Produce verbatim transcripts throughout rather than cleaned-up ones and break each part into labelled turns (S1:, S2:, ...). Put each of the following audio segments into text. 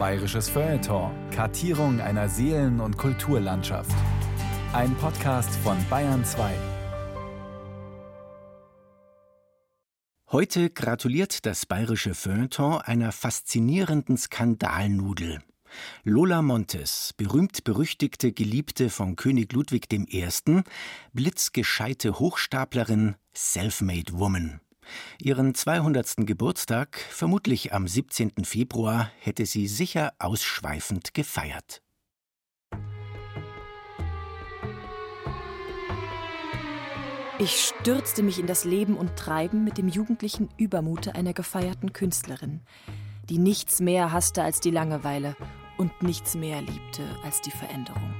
S1: Bayerisches Feuilleton. Kartierung einer Seelen- und Kulturlandschaft. Ein Podcast von Bayern zwei.
S2: Heute gratuliert das Bayerische Feuilleton einer faszinierenden Skandalnudel. Lola Montez, berühmt-berüchtigte Geliebte von König Ludwig der Erste., blitzgescheite Hochstaplerin, Selfmade Woman. Ihren zweihundertsten Geburtstag, vermutlich am siebzehnten Februar, hätte sie sicher ausschweifend gefeiert.
S3: Ich stürzte mich in das Leben und Treiben mit dem jugendlichen Übermute einer gefeierten Künstlerin, die nichts mehr hasste als die Langeweile und nichts mehr liebte als die Veränderung.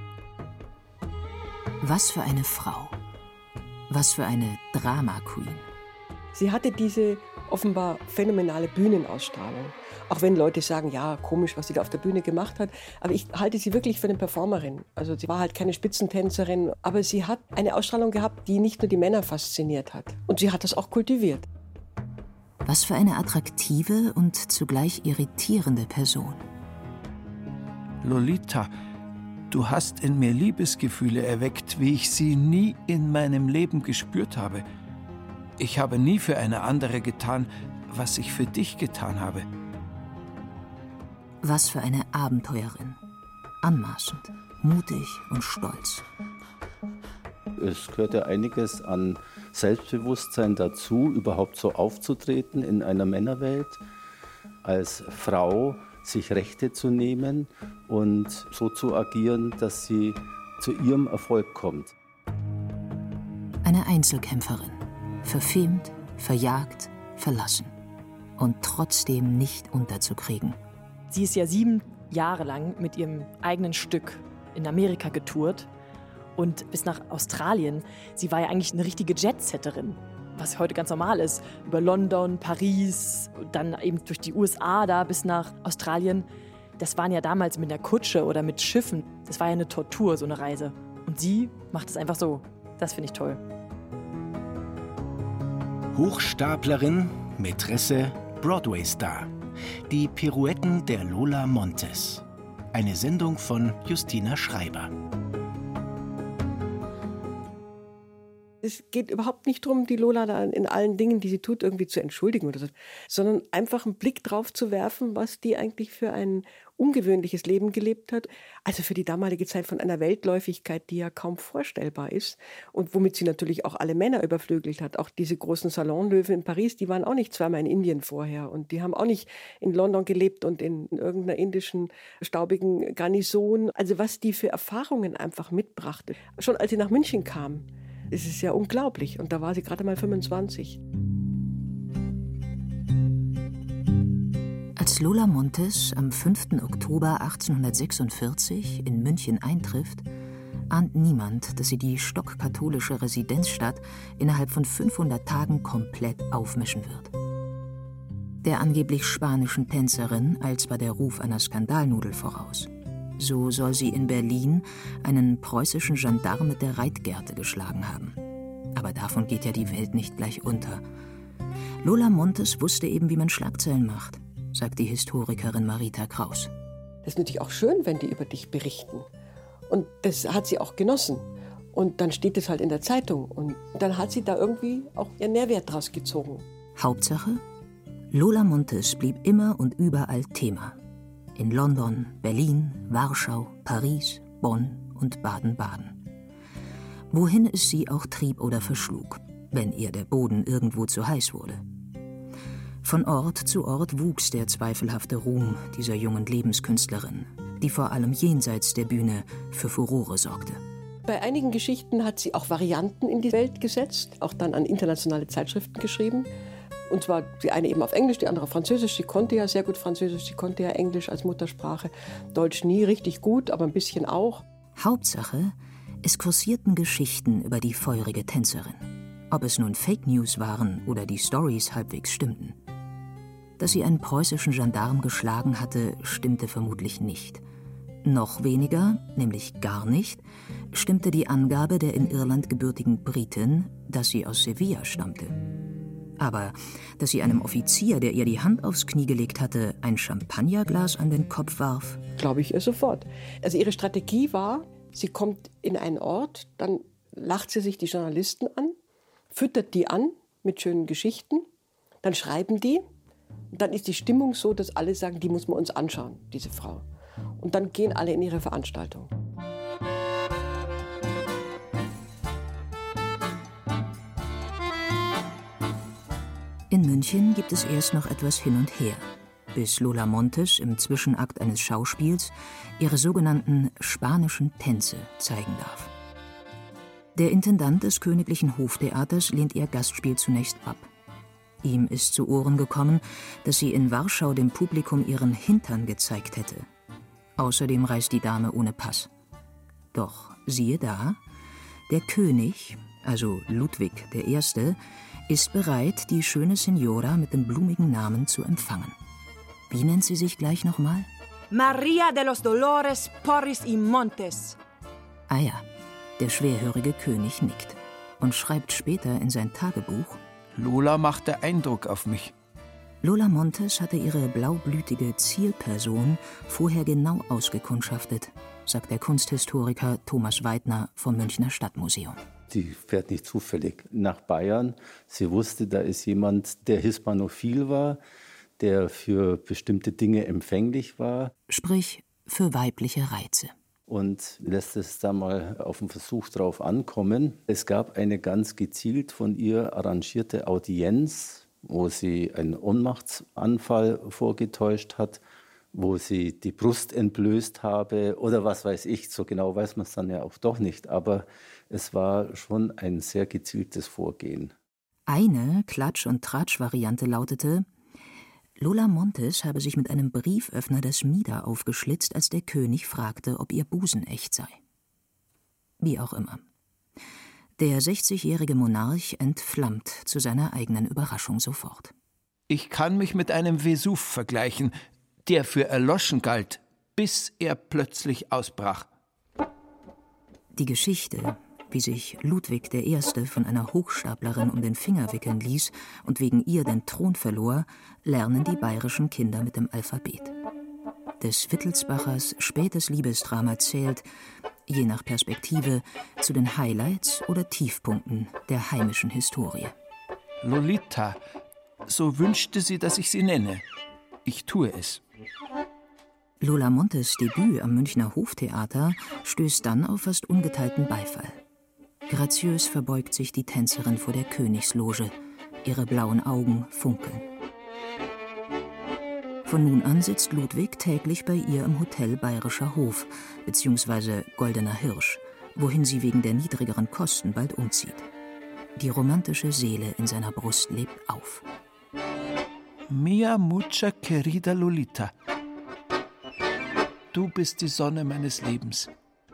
S4: Was für eine Frau. Was für eine Drama-Queen.
S5: Sie hatte diese offenbar phänomenale Bühnenausstrahlung. Auch wenn Leute sagen, ja, komisch, was sie da auf der Bühne gemacht hat. Aber ich halte sie wirklich für eine Performerin. Also sie war halt keine Spitzentänzerin, aber sie hat eine Ausstrahlung gehabt, die nicht nur die Männer fasziniert hat. Und sie hat das auch kultiviert.
S4: Was für eine attraktive und zugleich irritierende Person.
S6: Lolita, du hast in mir Liebesgefühle erweckt, wie ich sie nie in meinem Leben gespürt habe. Ich habe nie für eine andere getan, was ich für dich getan habe.
S4: Was für eine Abenteuerin. Anmaßend, mutig und stolz.
S7: Es gehört ja einiges an Selbstbewusstsein dazu, überhaupt so aufzutreten in einer Männerwelt, als Frau sich Rechte zu nehmen und so zu agieren, dass sie zu ihrem Erfolg kommt.
S4: Eine Einzelkämpferin, verfemt, verjagt, verlassen und trotzdem nicht unterzukriegen.
S3: Sie ist ja sieben Jahre lang mit ihrem eigenen Stück in Amerika getourt und bis nach Australien. Sie war ja eigentlich eine richtige Jetsetterin, was heute ganz normal ist. Über London, Paris, dann eben durch die U S A da bis nach Australien. Das waren ja damals mit der Kutsche oder mit Schiffen. Das war ja eine Tortur, so eine Reise. Und sie macht es einfach so. Das finde ich toll.
S2: Hochstaplerin, Mätresse, Broadway-Star. Die Pirouetten der Lola Montez. Eine Sendung von Justina Schreiber.
S5: Es geht überhaupt nicht darum, die Lola da in allen Dingen, die sie tut, irgendwie zu entschuldigen oder so, sondern einfach einen Blick drauf zu werfen, was die eigentlich für ein ungewöhnliches Leben gelebt hat. Also für die damalige Zeit von einer Weltläufigkeit, die ja kaum vorstellbar ist und womit sie natürlich auch alle Männer überflügelt hat. Auch diese großen Salonlöwen in Paris, die waren auch nicht zweimal in Indien vorher und die haben auch nicht in London gelebt und in irgendeiner indischen staubigen Garnison. Also was die für Erfahrungen einfach mitbrachte. Schon als sie nach München kam, es ist ja unglaublich. Und da war sie gerade mal fünfundzwanzig.
S4: Als Lola Montez am fünften Oktober achtzehnhundertsechsundvierzig in München eintrifft, ahnt niemand, dass sie die stockkatholische Residenzstadt innerhalb von fünfhundert Tagen komplett aufmischen wird. Der angeblich spanischen Tänzerin eilt zwar der Ruf einer Skandalnudel voraus. So soll sie in Berlin einen preußischen Gendarm mit der Reitgerte geschlagen haben. Aber davon geht ja die Welt nicht gleich unter. Lola Montez wusste eben, wie man Schlagzeilen macht, sagt die Historikerin Marita Kraus.
S5: Das ist natürlich auch schön, wenn die über dich berichten. Und das hat sie auch genossen. Und dann steht es halt in der Zeitung. Und dann hat sie da irgendwie auch ihren Nährwert draus gezogen.
S4: Hauptsache, Lola Montez blieb immer und überall Thema. In London, Berlin, Warschau, Paris, Bonn und Baden-Baden. Wohin es sie auch trieb oder verschlug, wenn ihr der Boden irgendwo zu heiß wurde. Von Ort zu Ort wuchs der zweifelhafte Ruhm dieser jungen Lebenskünstlerin, die vor allem jenseits der Bühne für Furore sorgte.
S5: Bei einigen Geschichten hat sie auch Varianten in die Welt gesetzt, auch dann an internationale Zeitschriften geschrieben. Und zwar die eine eben auf Englisch, die andere auf Französisch. Sie konnte ja sehr gut Französisch, sie konnte ja Englisch als Muttersprache. Deutsch nie richtig gut, aber ein bisschen auch.
S4: Hauptsache, es kursierten Geschichten über die feurige Tänzerin. Ob es nun Fake News waren oder die Storys halbwegs stimmten. Dass sie einen preußischen Gendarm geschlagen hatte, stimmte vermutlich nicht. Noch weniger, nämlich gar nicht, stimmte die Angabe der in Irland gebürtigen Britin, dass sie aus Sevilla stammte. Aber dass sie einem Offizier, der ihr die Hand aufs Knie gelegt hatte, ein Champagnerglas an den Kopf warf?
S5: Glaube ich ihr sofort. Also ihre Strategie war, sie kommt in einen Ort, dann lacht sie sich die Journalisten an, füttert die an mit schönen Geschichten, dann schreiben die, dann ist die Stimmung so, dass alle sagen, die muss man uns anschauen, diese Frau. Und dann gehen alle in ihre Veranstaltung.
S4: In München gibt es erst noch etwas hin und her, bis Lola Montes im Zwischenakt eines Schauspiels ihre sogenannten spanischen Tänze zeigen darf. Der Intendant des Königlichen Hoftheaters lehnt ihr Gastspiel zunächst ab. Ihm ist zu Ohren gekommen, dass sie in Warschau dem Publikum ihren Hintern gezeigt hätte. Außerdem reist die Dame ohne Pass. Doch siehe da, der König, also Ludwig der Erste, ist bereit, die schöne Signora mit dem blumigen Namen zu empfangen. Wie nennt sie sich gleich nochmal?
S8: Maria de los Dolores Porris y Montes.
S4: Ah ja, der schwerhörige König nickt und schreibt später in sein Tagebuch:
S6: Lola machte Eindruck auf mich.
S4: Lola Montes hatte ihre blaublütige Zielperson vorher genau ausgekundschaftet, sagt der Kunsthistoriker Thomas Weidner vom Münchner Stadtmuseum.
S7: Die fährt nicht zufällig nach Bayern. Sie wusste, da ist jemand, der hispanophil war, der für bestimmte Dinge empfänglich war.
S4: Sprich, für weibliche Reize.
S7: Und lässt es da mal auf den Versuch drauf ankommen. Es gab eine ganz gezielt von ihr arrangierte Audienz, wo sie einen Ohnmachtsanfall vorgetäuscht hat, wo sie die Brust entblößt habe oder was weiß ich. So genau weiß man es dann ja auch doch nicht. Aber es war schon ein sehr gezieltes Vorgehen.
S4: Eine Klatsch- und Tratsch-Variante lautete: Lola Montes habe sich mit einem Brieföffner das Mieder aufgeschlitzt, als der König fragte, ob ihr Busen echt sei. Wie auch immer. Der sechzigjährige Monarch entflammt zu seiner eigenen Überraschung sofort.
S6: Ich kann mich mit einem Vesuv vergleichen, der für erloschen galt, bis er plötzlich ausbrach.
S4: Die Geschichte, wie sich Ludwig der Erste von einer Hochstaplerin um den Finger wickeln ließ und wegen ihr den Thron verlor, lernen die bayerischen Kinder mit dem Alphabet. Des Wittelsbachers spätes Liebesdrama zählt, je nach Perspektive, zu den Highlights oder Tiefpunkten der heimischen Historie.
S6: Lolita, so wünschte sie, dass ich sie nenne. Ich tue es.
S4: Lola Montes Debüt am Münchner Hoftheater stößt dann auf fast ungeteilten Beifall. Graziös verbeugt sich die Tänzerin vor der Königsloge. Ihre blauen Augen funkeln. Von nun an sitzt Ludwig täglich bei ihr im Hotel Bayerischer Hof bzw. Goldener Hirsch, wohin sie wegen der niedrigeren Kosten bald umzieht. Die romantische Seele in seiner Brust lebt auf.
S6: Mia mucha querida Lolita. Du bist die Sonne meines Lebens.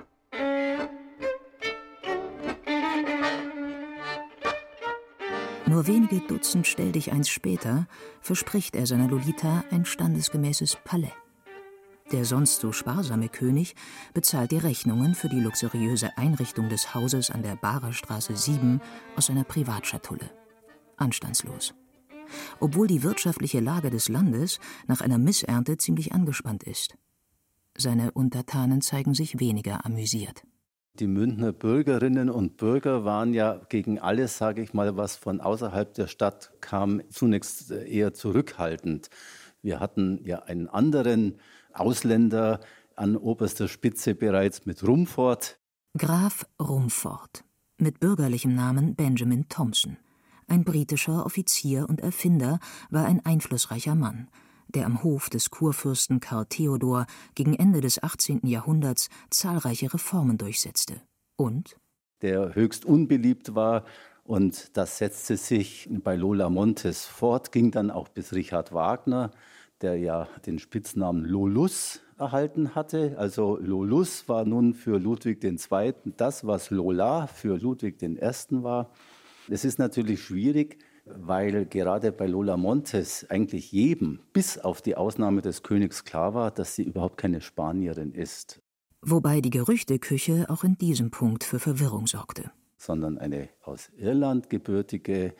S4: Nur wenige Dutzend Stelldicheins später verspricht er seiner Lolita ein standesgemäßes Palais. Der sonst so sparsame König bezahlt die Rechnungen für die luxuriöse Einrichtung des Hauses an der Barer Straße sieben aus seiner Privatschatulle. Anstandslos. Obwohl die wirtschaftliche Lage des Landes nach einer Missernte ziemlich angespannt ist. Seine Untertanen zeigen sich weniger amüsiert.
S7: Die Münchner Bürgerinnen und Bürger waren ja gegen alles, sage ich mal, was von außerhalb der Stadt kam, zunächst eher zurückhaltend. Wir hatten ja einen anderen Ausländer an oberster Spitze bereits mit Rumford.
S4: Graf Rumford, mit bürgerlichem Namen Benjamin Thompson. Ein britischer Offizier und Erfinder, war ein einflussreicher Mann, der am Hof des Kurfürsten Karl Theodor gegen Ende des achtzehnten Jahrhunderts zahlreiche Reformen durchsetzte. Und?
S7: Der höchst unbeliebt war, und das setzte sich bei Lola Montes fort, ging dann auch bis Richard Wagner, der ja den Spitznamen Lolus erhalten hatte. Also Lolus war nun für Ludwig der Zweite das, was Lola für Ludwig der Erste war. Es ist natürlich schwierig, weil gerade bei Lola Montes eigentlich jedem, bis auf die Ausnahme des Königs, klar war, dass sie überhaupt keine Spanierin ist.
S4: Wobei die Gerüchteküche auch in diesem Punkt für Verwirrung sorgte.
S7: Sondern eine aus Irland gebürtige,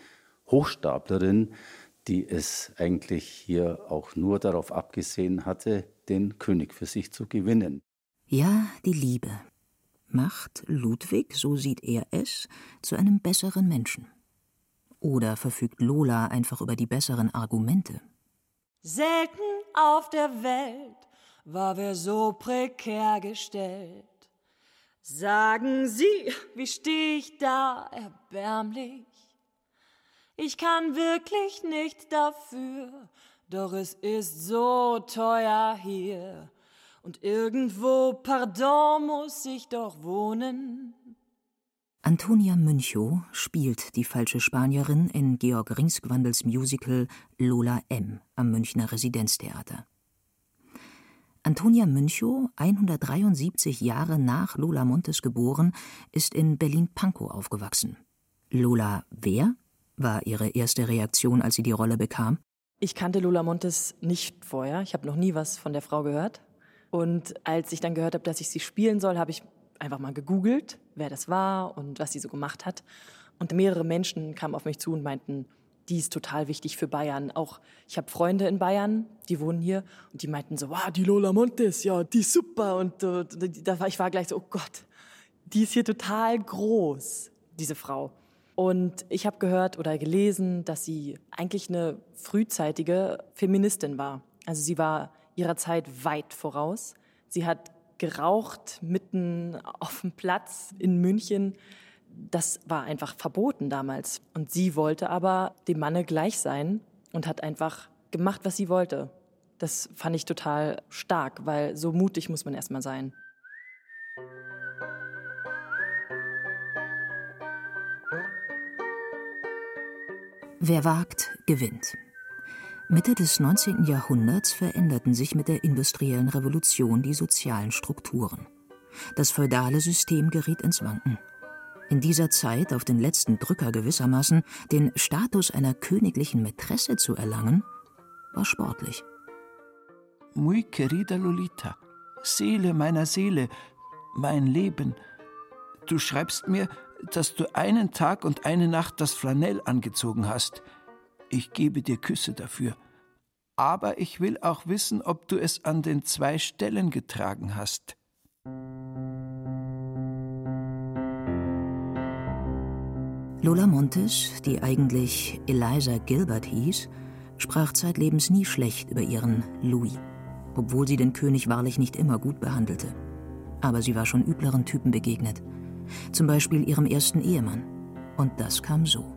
S7: Hochstaplerin, die es eigentlich hier auch nur darauf abgesehen hatte, den König für sich zu gewinnen.
S4: Ja, die Liebe macht Ludwig, so sieht er es, zu einem besseren Menschen. Oder verfügt Lola einfach über die besseren Argumente?
S8: Selten auf der Welt war wer so prekär gestellt. Sagen Sie, wie steh ich da erbärmlich? Ich kann wirklich nicht dafür, doch es ist so teuer hier. Und irgendwo, pardon, muss ich doch wohnen.
S4: Antonia Münchow spielt die falsche Spanierin in Georg Ringsgwandels Musical Lola M. am Münchner Residenztheater. Antonia Münchow, hundertdreiundsiebzig Jahre nach Lola Montez geboren, ist in Berlin-Pankow aufgewachsen. Lola wer? War ihre erste Reaktion, als sie die Rolle bekam.
S3: Ich kannte Lola Montez nicht vorher. Ich habe noch nie was von der Frau gehört. Und als ich dann gehört habe, dass ich sie spielen soll, habe ich einfach mal gegoogelt, wer das war und was sie so gemacht hat. Und mehrere Menschen kamen auf mich zu und meinten, die ist total wichtig für Bayern. Auch ich habe Freunde in Bayern, die wohnen hier. Und die meinten so, wow, die Lola Montez, ja, die ist super. Und uh, da war, ich war gleich so, oh Gott, die ist hier total groß, diese Frau. Und ich habe gehört oder gelesen, dass sie eigentlich eine frühzeitige Feministin war. Also sie war ihrer Zeit weit voraus. Sie hat geraucht mitten auf dem Platz in München. Das war einfach verboten damals. Und sie wollte aber dem Manne gleich sein und hat einfach gemacht, was sie wollte. Das fand ich total stark, weil so mutig muss man erstmal sein.
S4: Wer wagt, gewinnt. Mitte des neunzehnten Jahrhunderts veränderten sich mit der industriellen Revolution die sozialen Strukturen. Das feudale System geriet ins Wanken. In dieser Zeit auf den letzten Drücker gewissermaßen den Status einer königlichen Mätresse zu erlangen, war sportlich.
S6: Muy querida Lolita, Seele meiner Seele, mein Leben. Du schreibst mir, dass du einen Tag und eine Nacht das Flanell angezogen hast. Ich gebe dir Küsse dafür. Aber ich will auch wissen, ob du es an den zwei Stellen getragen hast.
S4: Lola Montez, die eigentlich Eliza Gilbert hieß, sprach zeitlebens nie schlecht über ihren Louis, obwohl sie den König wahrlich nicht immer gut behandelte. Aber sie war schon übleren Typen begegnet. Zum Beispiel ihrem ersten Ehemann. Und das kam so.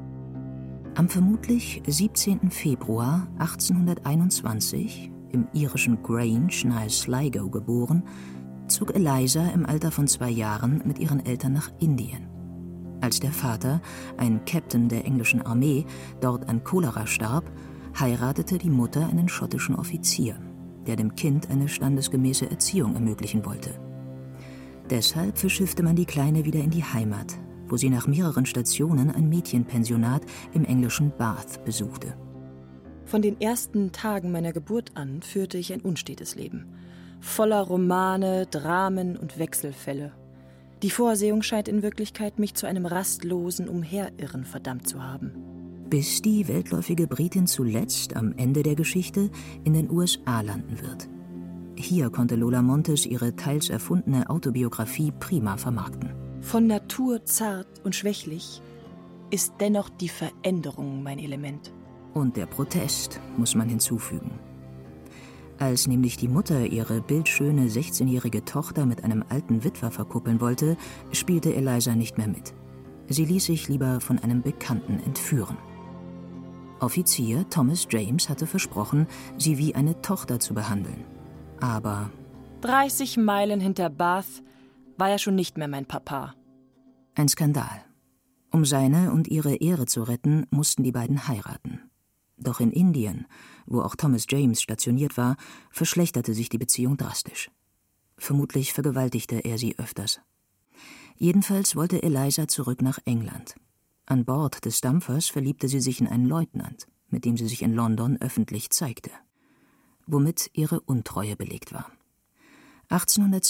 S4: Am vermutlich siebzehnten Februar achtzehnhunderteinundzwanzig, im irischen Grange nahe Sligo geboren, zog Eliza im Alter von zwei Jahren mit ihren Eltern nach Indien. Als der Vater, ein Captain der englischen Armee, dort an Cholera starb, heiratete die Mutter einen schottischen Offizier, der dem Kind eine standesgemäße Erziehung ermöglichen wollte. Deshalb verschiffte man die Kleine wieder in die Heimat, wo sie nach mehreren Stationen ein Mädchenpensionat im englischen Bath besuchte.
S3: Von den ersten Tagen meiner Geburt an führte ich ein unstetes Leben. Voller Romane, Dramen und Wechselfälle. Die Vorsehung scheint in Wirklichkeit, mich zu einem rastlosen Umherirren verdammt zu haben.
S4: Bis die weltläufige Britin zuletzt am Ende der Geschichte in den U S A landen wird. Hier konnte Lola Montez ihre teils erfundene Autobiografie prima vermarkten.
S3: Von Natur zart und schwächlich ist dennoch die Veränderung mein Element.
S4: Und der Protest, muss man hinzufügen. Als nämlich die Mutter ihre bildschöne sechzehnjährige Tochter mit einem alten Witwer verkuppeln wollte, spielte Eliza nicht mehr mit. Sie ließ sich lieber von einem Bekannten entführen. Offizier Thomas James hatte versprochen, sie wie eine Tochter zu behandeln. Aber
S3: dreißig Meilen hinter Bath war er schon nicht mehr mein Papa.
S4: Ein Skandal. Um seine und ihre Ehre zu retten, mussten die beiden heiraten. Doch in Indien, wo auch Thomas James stationiert war, verschlechterte sich die Beziehung drastisch. Vermutlich vergewaltigte er sie öfters. Jedenfalls wollte Eliza zurück nach England. An Bord des Dampfers verliebte sie sich in einen Leutnant, mit dem sie sich in London öffentlich zeigte, womit ihre Untreue belegt war.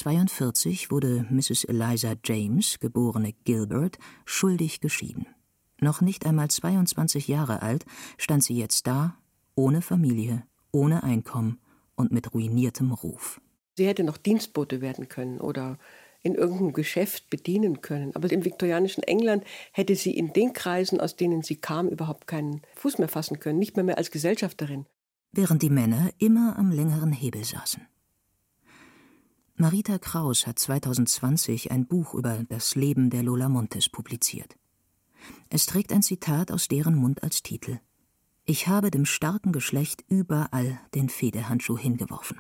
S4: achtzehnhundertzweiundvierzig wurde Misses Eliza James, geborene Gilbert, schuldig geschieden. Noch nicht einmal zweiundzwanzig Jahre alt stand sie jetzt da, ohne Familie, ohne Einkommen und mit ruiniertem Ruf.
S5: Sie hätte noch Dienstbote werden können oder in irgendeinem Geschäft bedienen können. Aber im viktorianischen England hätte sie in den Kreisen, aus denen sie kam, überhaupt keinen Fuß mehr fassen können, nicht mehr, mehr als Gesellschafterin.
S4: Während die Männer immer am längeren Hebel saßen. Marita Kraus hat zweitausendzwanzig ein Buch über das Leben der Lola Montez publiziert. Es trägt ein Zitat aus deren Mund als Titel: »Ich habe dem starken Geschlecht überall den Fehdehandschuh hingeworfen.«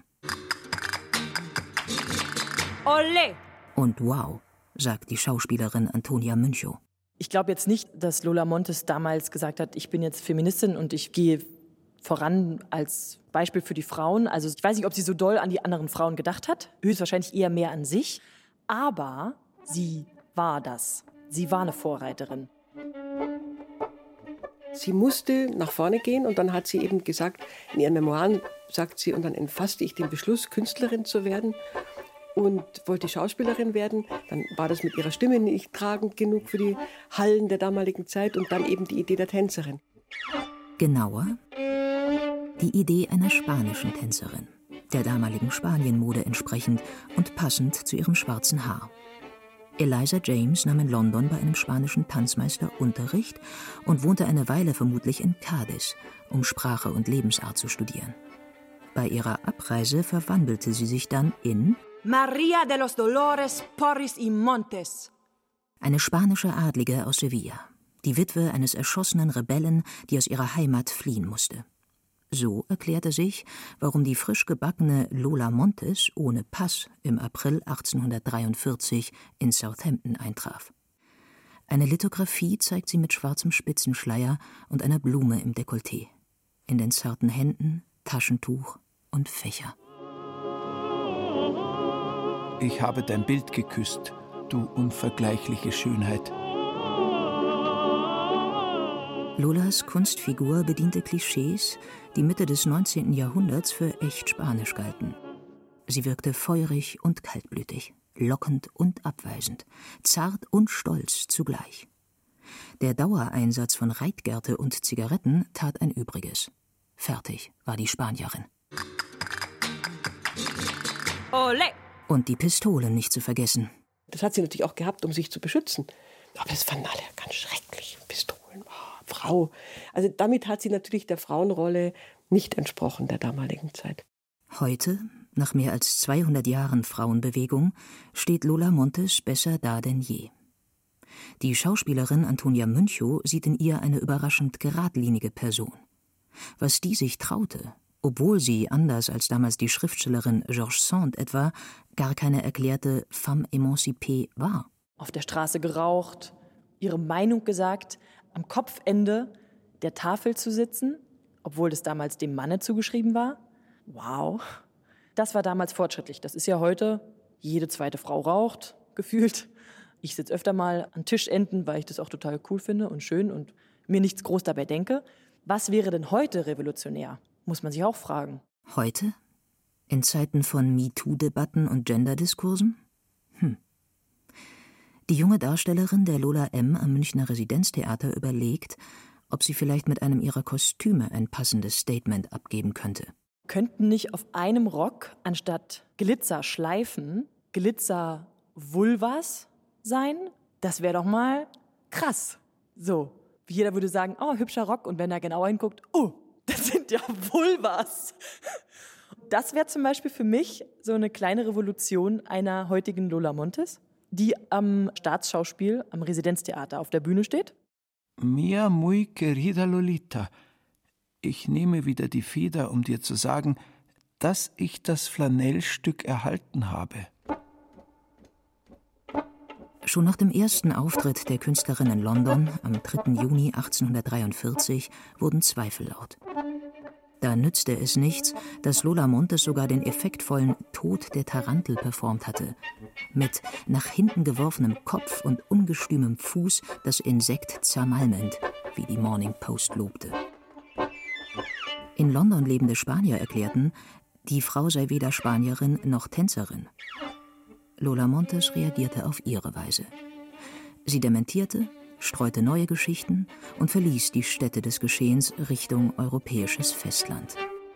S8: Olé!
S4: Und wow, sagt die Schauspielerin Antonia Münchow.
S3: Ich glaube jetzt nicht, dass Lola Montez damals gesagt hat, ich bin jetzt Feministin und ich gehe voran als Beispiel für die Frauen. Also ich weiß nicht, ob sie so doll an die anderen Frauen gedacht hat. Höchstwahrscheinlich eher mehr an sich. Aber sie war das. Sie war eine Vorreiterin.
S5: Sie musste nach vorne gehen und dann hat sie eben gesagt, in ihren Memoiren sagt sie, und dann entfasste ich den Beschluss, Künstlerin zu werden und wollte Schauspielerin werden. Dann war das mit ihrer Stimme nicht tragend genug für die Hallen der damaligen Zeit und dann eben die Idee der Tänzerin.
S4: Genauer, die Idee einer spanischen Tänzerin, der damaligen Spanienmode entsprechend und passend zu ihrem schwarzen Haar. Eliza James nahm in London bei einem spanischen Tanzmeister Unterricht und wohnte eine Weile vermutlich in Cádiz, um Sprache und Lebensart zu studieren. Bei ihrer Abreise verwandelte sie sich dann in
S8: María de los Dolores Porris y Montes.
S4: Eine spanische Adlige aus Sevilla, die Witwe eines erschossenen Rebellen, die aus ihrer Heimat fliehen musste. So erklärte sich, warum die frisch gebackene Lola Montez ohne Pass im April achtzehnhundertdreiundvierzig in Southampton eintraf. Eine Lithografie zeigt sie mit schwarzem Spitzenschleier und einer Blume im Dekolleté. In den zarten Händen Taschentuch und Fächer.
S6: Ich habe dein Bild geküsst, du unvergleichliche Schönheit.
S4: Lolas Kunstfigur bediente Klischees, die Mitte des neunzehnten Jahrhunderts für echt spanisch galten. Sie wirkte feurig und kaltblütig, lockend und abweisend, zart und stolz zugleich. Der Dauereinsatz von Reitgerte und Zigaretten tat ein Übriges. Fertig war die Spanierin.
S8: Olé!
S4: Und die Pistole nicht zu vergessen.
S5: Das hat sie natürlich auch gehabt, um sich zu beschützen. Aber das fanden alle ganz schrecklich. Pistolen, oh, Frau. Also damit hat sie natürlich der Frauenrolle nicht entsprochen der damaligen Zeit.
S4: Heute, nach mehr als zweihundert Jahren Frauenbewegung, steht Lola Montez besser da denn je. Die Schauspielerin Antonia Münchow sieht in ihr eine überraschend geradlinige Person. Was die sich traute, obwohl sie, anders als damals die Schriftstellerin Georges Sand etwa, gar keine erklärte femme émancipée war.
S3: Auf der Straße geraucht, ihre Meinung gesagt, am Kopfende der Tafel zu sitzen, obwohl das damals dem Manne zugeschrieben war. Wow, das war damals fortschrittlich. Das ist ja heute, jede zweite Frau raucht, gefühlt. Ich sitze öfter mal an Tischenden, weil ich das auch total cool finde und schön und mir nichts groß dabei denke. Was wäre denn heute revolutionär? Muss man sich auch fragen.
S4: Heute? In Zeiten von MeToo-Debatten und Genderdiskursen? Hm. Die junge Darstellerin der Lola M. am Münchner Residenztheater überlegt, ob sie vielleicht mit einem ihrer Kostüme ein passendes Statement abgeben könnte.
S3: Könnten nicht auf einem Rock anstatt Glitzerschleifen Glitzer-Vulvas sein? Das wäre doch mal krass. So, jeder würde sagen, oh, hübscher Rock. Und wenn er genauer hinguckt, oh, das sind ja Vulvas. Das wäre zum Beispiel für mich so eine kleine Revolution einer heutigen Lola Montez, die am Staatsschauspiel, am Residenztheater auf der Bühne steht.
S6: Mia muy querida Lolita, ich nehme wieder die Feder, um dir zu sagen, dass ich das Flanellstück erhalten habe.
S4: Schon nach dem ersten Auftritt der Künstlerin in London am dritten Juni achtzehnhundertdreiundvierzig wurden Zweifel laut. Da nützte es nichts, dass Lola Montez sogar den effektvollen Tod der Tarantel performt hatte. Mit nach hinten geworfenem Kopf und ungestümem Fuß das Insekt zermalmend, wie die Morning Post lobte. In London lebende Spanier erklärten, die Frau sei weder Spanierin noch Tänzerin. Lola Montez reagierte auf ihre Weise. Sie dementierte, streute neue Geschichten und verließ die Stätte des Geschehens Richtung europäisches Festland.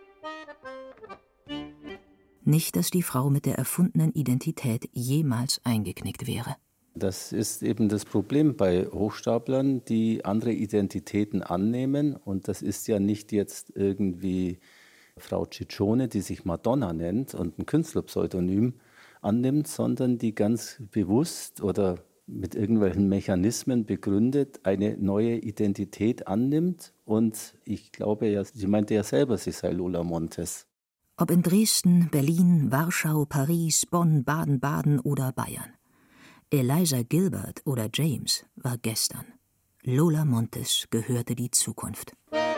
S4: Nicht, dass die Frau mit der erfundenen Identität jemals eingeknickt wäre.
S7: Das ist eben das Problem bei Hochstaplern, die andere Identitäten annehmen. Und das ist ja nicht jetzt irgendwie Frau Ciccione, die sich Madonna nennt und ein Künstlerpseudonym annimmt, sondern die ganz bewusst oder mit irgendwelchen Mechanismen begründet eine neue Identität annimmt. Und ich glaube ja, sie meinte ja selber, sie sei Lola Montez.
S4: Ob in Dresden, Berlin, Warschau, Paris, Bonn, Baden-Baden oder Bayern. Eliza Gilbert oder James war gestern. Lola Montez gehörte die Zukunft.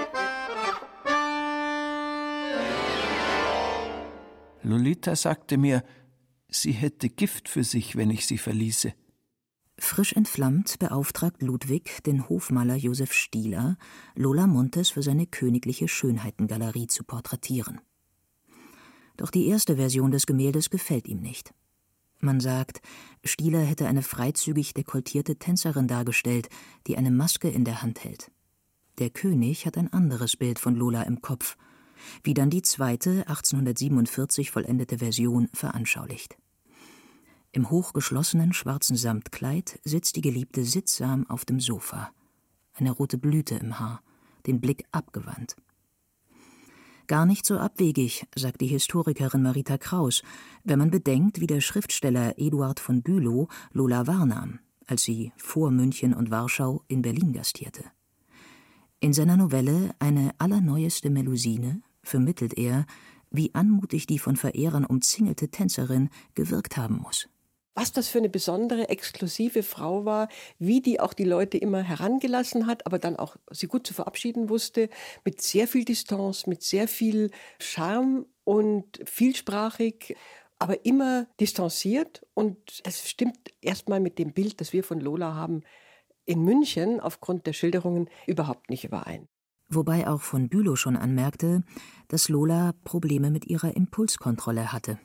S6: Lolita sagte mir, sie hätte Gift für sich, wenn ich sie verließe.
S4: Frisch entflammt beauftragt Ludwig den Hofmaler Josef Stieler, Lola Montez für seine königliche Schönheitengalerie zu porträtieren. Doch die erste Version des Gemäldes gefällt ihm nicht. Man sagt, Stieler hätte eine freizügig dekoltierte Tänzerin dargestellt, die eine Maske in der Hand hält. Der König hat ein anderes Bild von Lola im Kopf, wie dann die zweite, achtzehnhundertsiebenundvierzig vollendete Version veranschaulicht. Im hochgeschlossenen schwarzen Samtkleid sitzt die Geliebte sittsam auf dem Sofa, eine rote Blüte im Haar, den Blick abgewandt. Gar nicht so abwegig, sagt die Historikerin Marita Kraus, wenn man bedenkt, wie der Schriftsteller Eduard von Bülow Lola wahrnahm, als sie vor München und Warschau in Berlin gastierte. In seiner Novelle »Eine allerneueste Melusine« vermittelt er, wie anmutig die von Verehrern umzingelte Tänzerin gewirkt haben muss.
S5: Was das für eine besondere, exklusive Frau war, wie die auch die Leute immer herangelassen hat, aber dann auch sie gut zu verabschieden wusste, mit sehr viel Distanz, mit sehr viel Charme und vielsprachig, aber immer distanziert. Und es stimmt erstmal mit dem Bild, das wir von Lola haben, in München aufgrund der Schilderungen überhaupt nicht überein.
S4: Wobei auch von Bülow schon anmerkte, dass Lola Probleme mit ihrer Impulskontrolle hatte.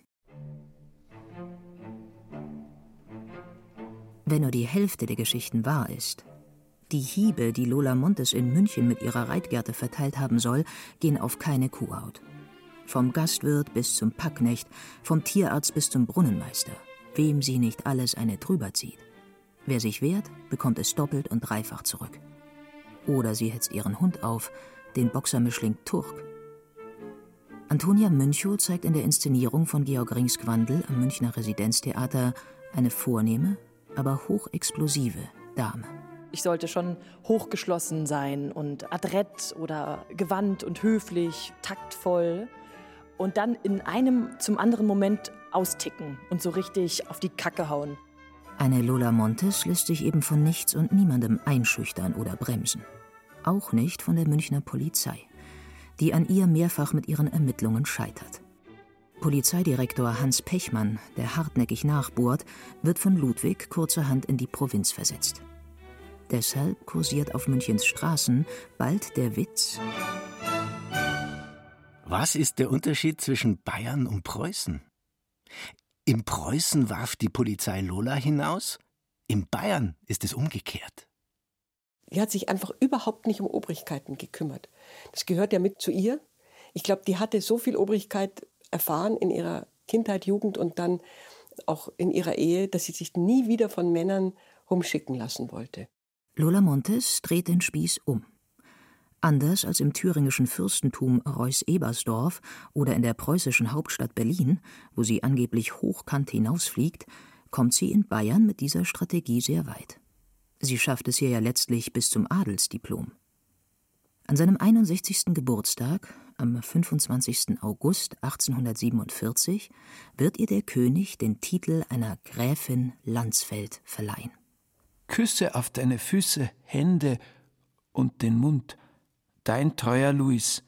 S4: Wenn nur die Hälfte der Geschichten wahr ist. Die Hiebe, die Lola Montez in München mit ihrer Reitgerte verteilt haben soll, gehen auf keine Kuhhaut. Vom Gastwirt bis zum Packknecht, vom Tierarzt bis zum Brunnenmeister, wem sie nicht alles eine drüber zieht. Wer sich wehrt, bekommt es doppelt und dreifach zurück. Oder sie hetzt ihren Hund auf, den Boxermischling Turk. Antonia Münchow zeigt in der Inszenierung von Georg Ringsgwandl am Münchner Residenztheater eine vornehme, aber hochexplosive Dame.
S3: Ich sollte schon hochgeschlossen sein und adrett oder gewandt und höflich, taktvoll und dann in einem zum anderen Moment austicken und so richtig auf die Kacke hauen.
S4: Eine Lola Montez lässt sich eben von nichts und niemandem einschüchtern oder bremsen. Auch nicht von der Münchner Polizei, die an ihr mehrfach mit ihren Ermittlungen scheitert. Polizeidirektor Hans Pechmann, der hartnäckig nachbohrt, wird von Ludwig kurzerhand in die Provinz versetzt. Deshalb kursiert auf Münchens Straßen bald der Witz:
S2: Was ist der Unterschied zwischen Bayern und Preußen? In Preußen warf die Polizei Lola hinaus, in Bayern ist es umgekehrt.
S5: Die hat sich einfach überhaupt nicht um Obrigkeiten gekümmert. Das gehört ja mit zu ihr. Ich glaube, die hatte so viel Obrigkeit erfahren in ihrer Kindheit, Jugend und dann auch in ihrer Ehe, dass sie sich nie wieder von Männern rumschicken lassen wollte.
S4: Lola Montez dreht den Spieß um. Anders als im thüringischen Fürstentum Reuß-Ebersdorf oder in der preußischen Hauptstadt Berlin, wo sie angeblich hochkant hinausfliegt, kommt sie in Bayern mit dieser Strategie sehr weit. Sie schafft es hier ja letztlich bis zum Adelsdiplom. An seinem einundsechzigsten Geburtstag, am fünfundzwanzigsten August achtzehnhundertsiebenundvierzig, wird ihr der König den Titel einer Gräfin Landsfeld verleihen.
S6: Küsse auf deine Füße, Hände und den Mund. Dein treuer Louis.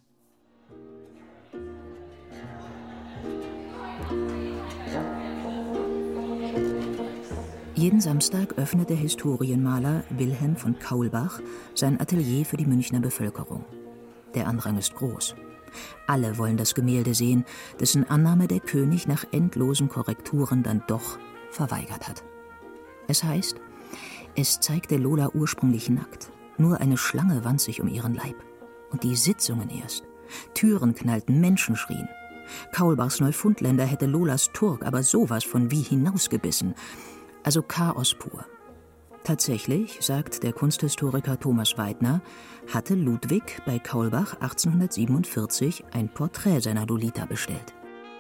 S4: Jeden Samstag öffnet der Historienmaler Wilhelm von Kaulbach sein Atelier für die Münchner Bevölkerung. Der Andrang ist groß. Alle wollen das Gemälde sehen, dessen Annahme der König nach endlosen Korrekturen dann doch verweigert hat. Es heißt, Es zeigte Lola ursprünglich nackt. Nur eine Schlange wand sich um ihren Leib. Und die Sitzungen erst. Türen knallten, Menschen schrien. Kaulbachs Neufundländer hätte Lolas Turk aber sowas von wie hinausgebissen. Also Chaos pur. Tatsächlich, sagt der Kunsthistoriker Thomas Weidner, hatte Ludwig bei Kaulbach achtzehnhundertsiebenundvierzig ein Porträt seiner Lolita bestellt.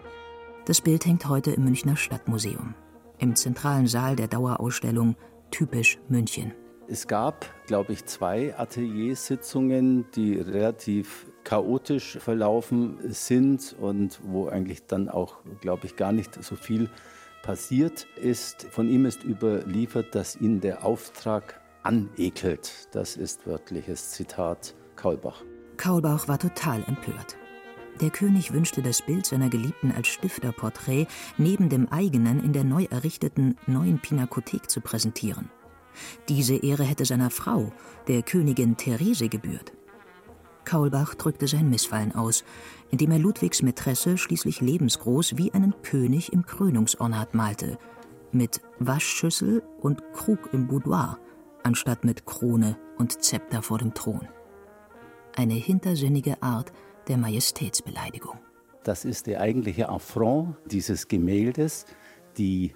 S4: Das Bild hängt heute im Münchner Stadtmuseum, im zentralen Saal der Dauerausstellung Typisch München.
S7: Es gab, glaube ich, zwei Ateliersitzungen, die relativ chaotisch verlaufen sind und wo eigentlich dann auch, glaube ich, gar nicht so viel passiert ist. Von ihm ist überliefert, dass ihn der Auftrag anekelt. Das ist wörtliches Zitat Kaulbach.
S4: Kaulbach war total empört. Der König wünschte das Bild seiner Geliebten als Stifterporträt neben dem eigenen in der neu errichteten Neuen Pinakothek zu präsentieren. Diese Ehre hätte seiner Frau, der Königin Therese, gebührt. Kaulbach drückte sein Missfallen aus, indem er Ludwigs Mätresse schließlich lebensgroß wie einen König im Krönungsornat malte, mit Waschschüssel und Krug im Boudoir, anstatt mit Krone und Zepter vor dem Thron. Eine hintersinnige Art der Majestätsbeleidigung.
S7: Das ist der eigentliche Affront dieses Gemäldes, die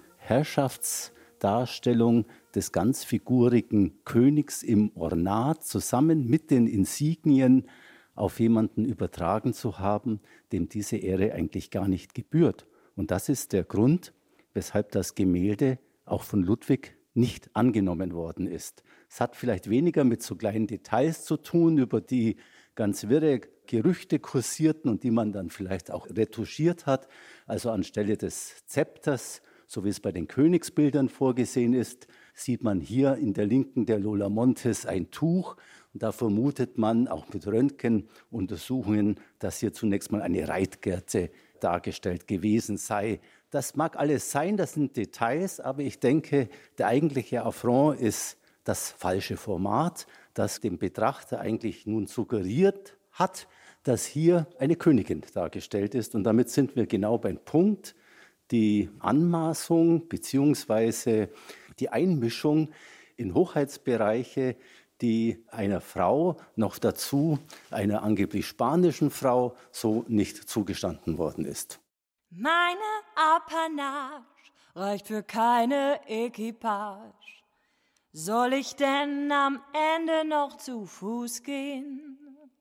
S7: Herrschaftsdarstellung des ganz figurigen Königs im Ornat zusammen mit den Insignien auf jemanden übertragen zu haben, dem diese Ehre eigentlich gar nicht gebührt. Und das ist der Grund, weshalb das Gemälde auch von Ludwig nicht angenommen worden ist. Es hat vielleicht weniger mit so kleinen Details zu tun, über die ganz wirre Gerüchte kursierten und die man dann vielleicht auch retuschiert hat. Also anstelle des Zepters, so wie es bei den Königsbildern vorgesehen ist, sieht man hier in der Linken der Lola Montes ein Tuch. Und da vermutet man auch mit Röntgenuntersuchungen, dass hier zunächst mal eine Reitgerte dargestellt gewesen sei. Das mag alles sein, das sind Details, aber ich denke, der eigentliche Affront ist das falsche Format, das dem Betrachter eigentlich nun suggeriert hat, dass hier eine Königin dargestellt ist. Und damit sind wir genau beim Punkt, die Anmaßung bzw. die Einmischung in Hoheitsbereiche, die einer Frau, noch dazu einer angeblich spanischen Frau, so nicht zugestanden worden ist.
S8: Meine Apanage reicht für keine Equipage. Soll ich denn am Ende noch zu Fuß gehen?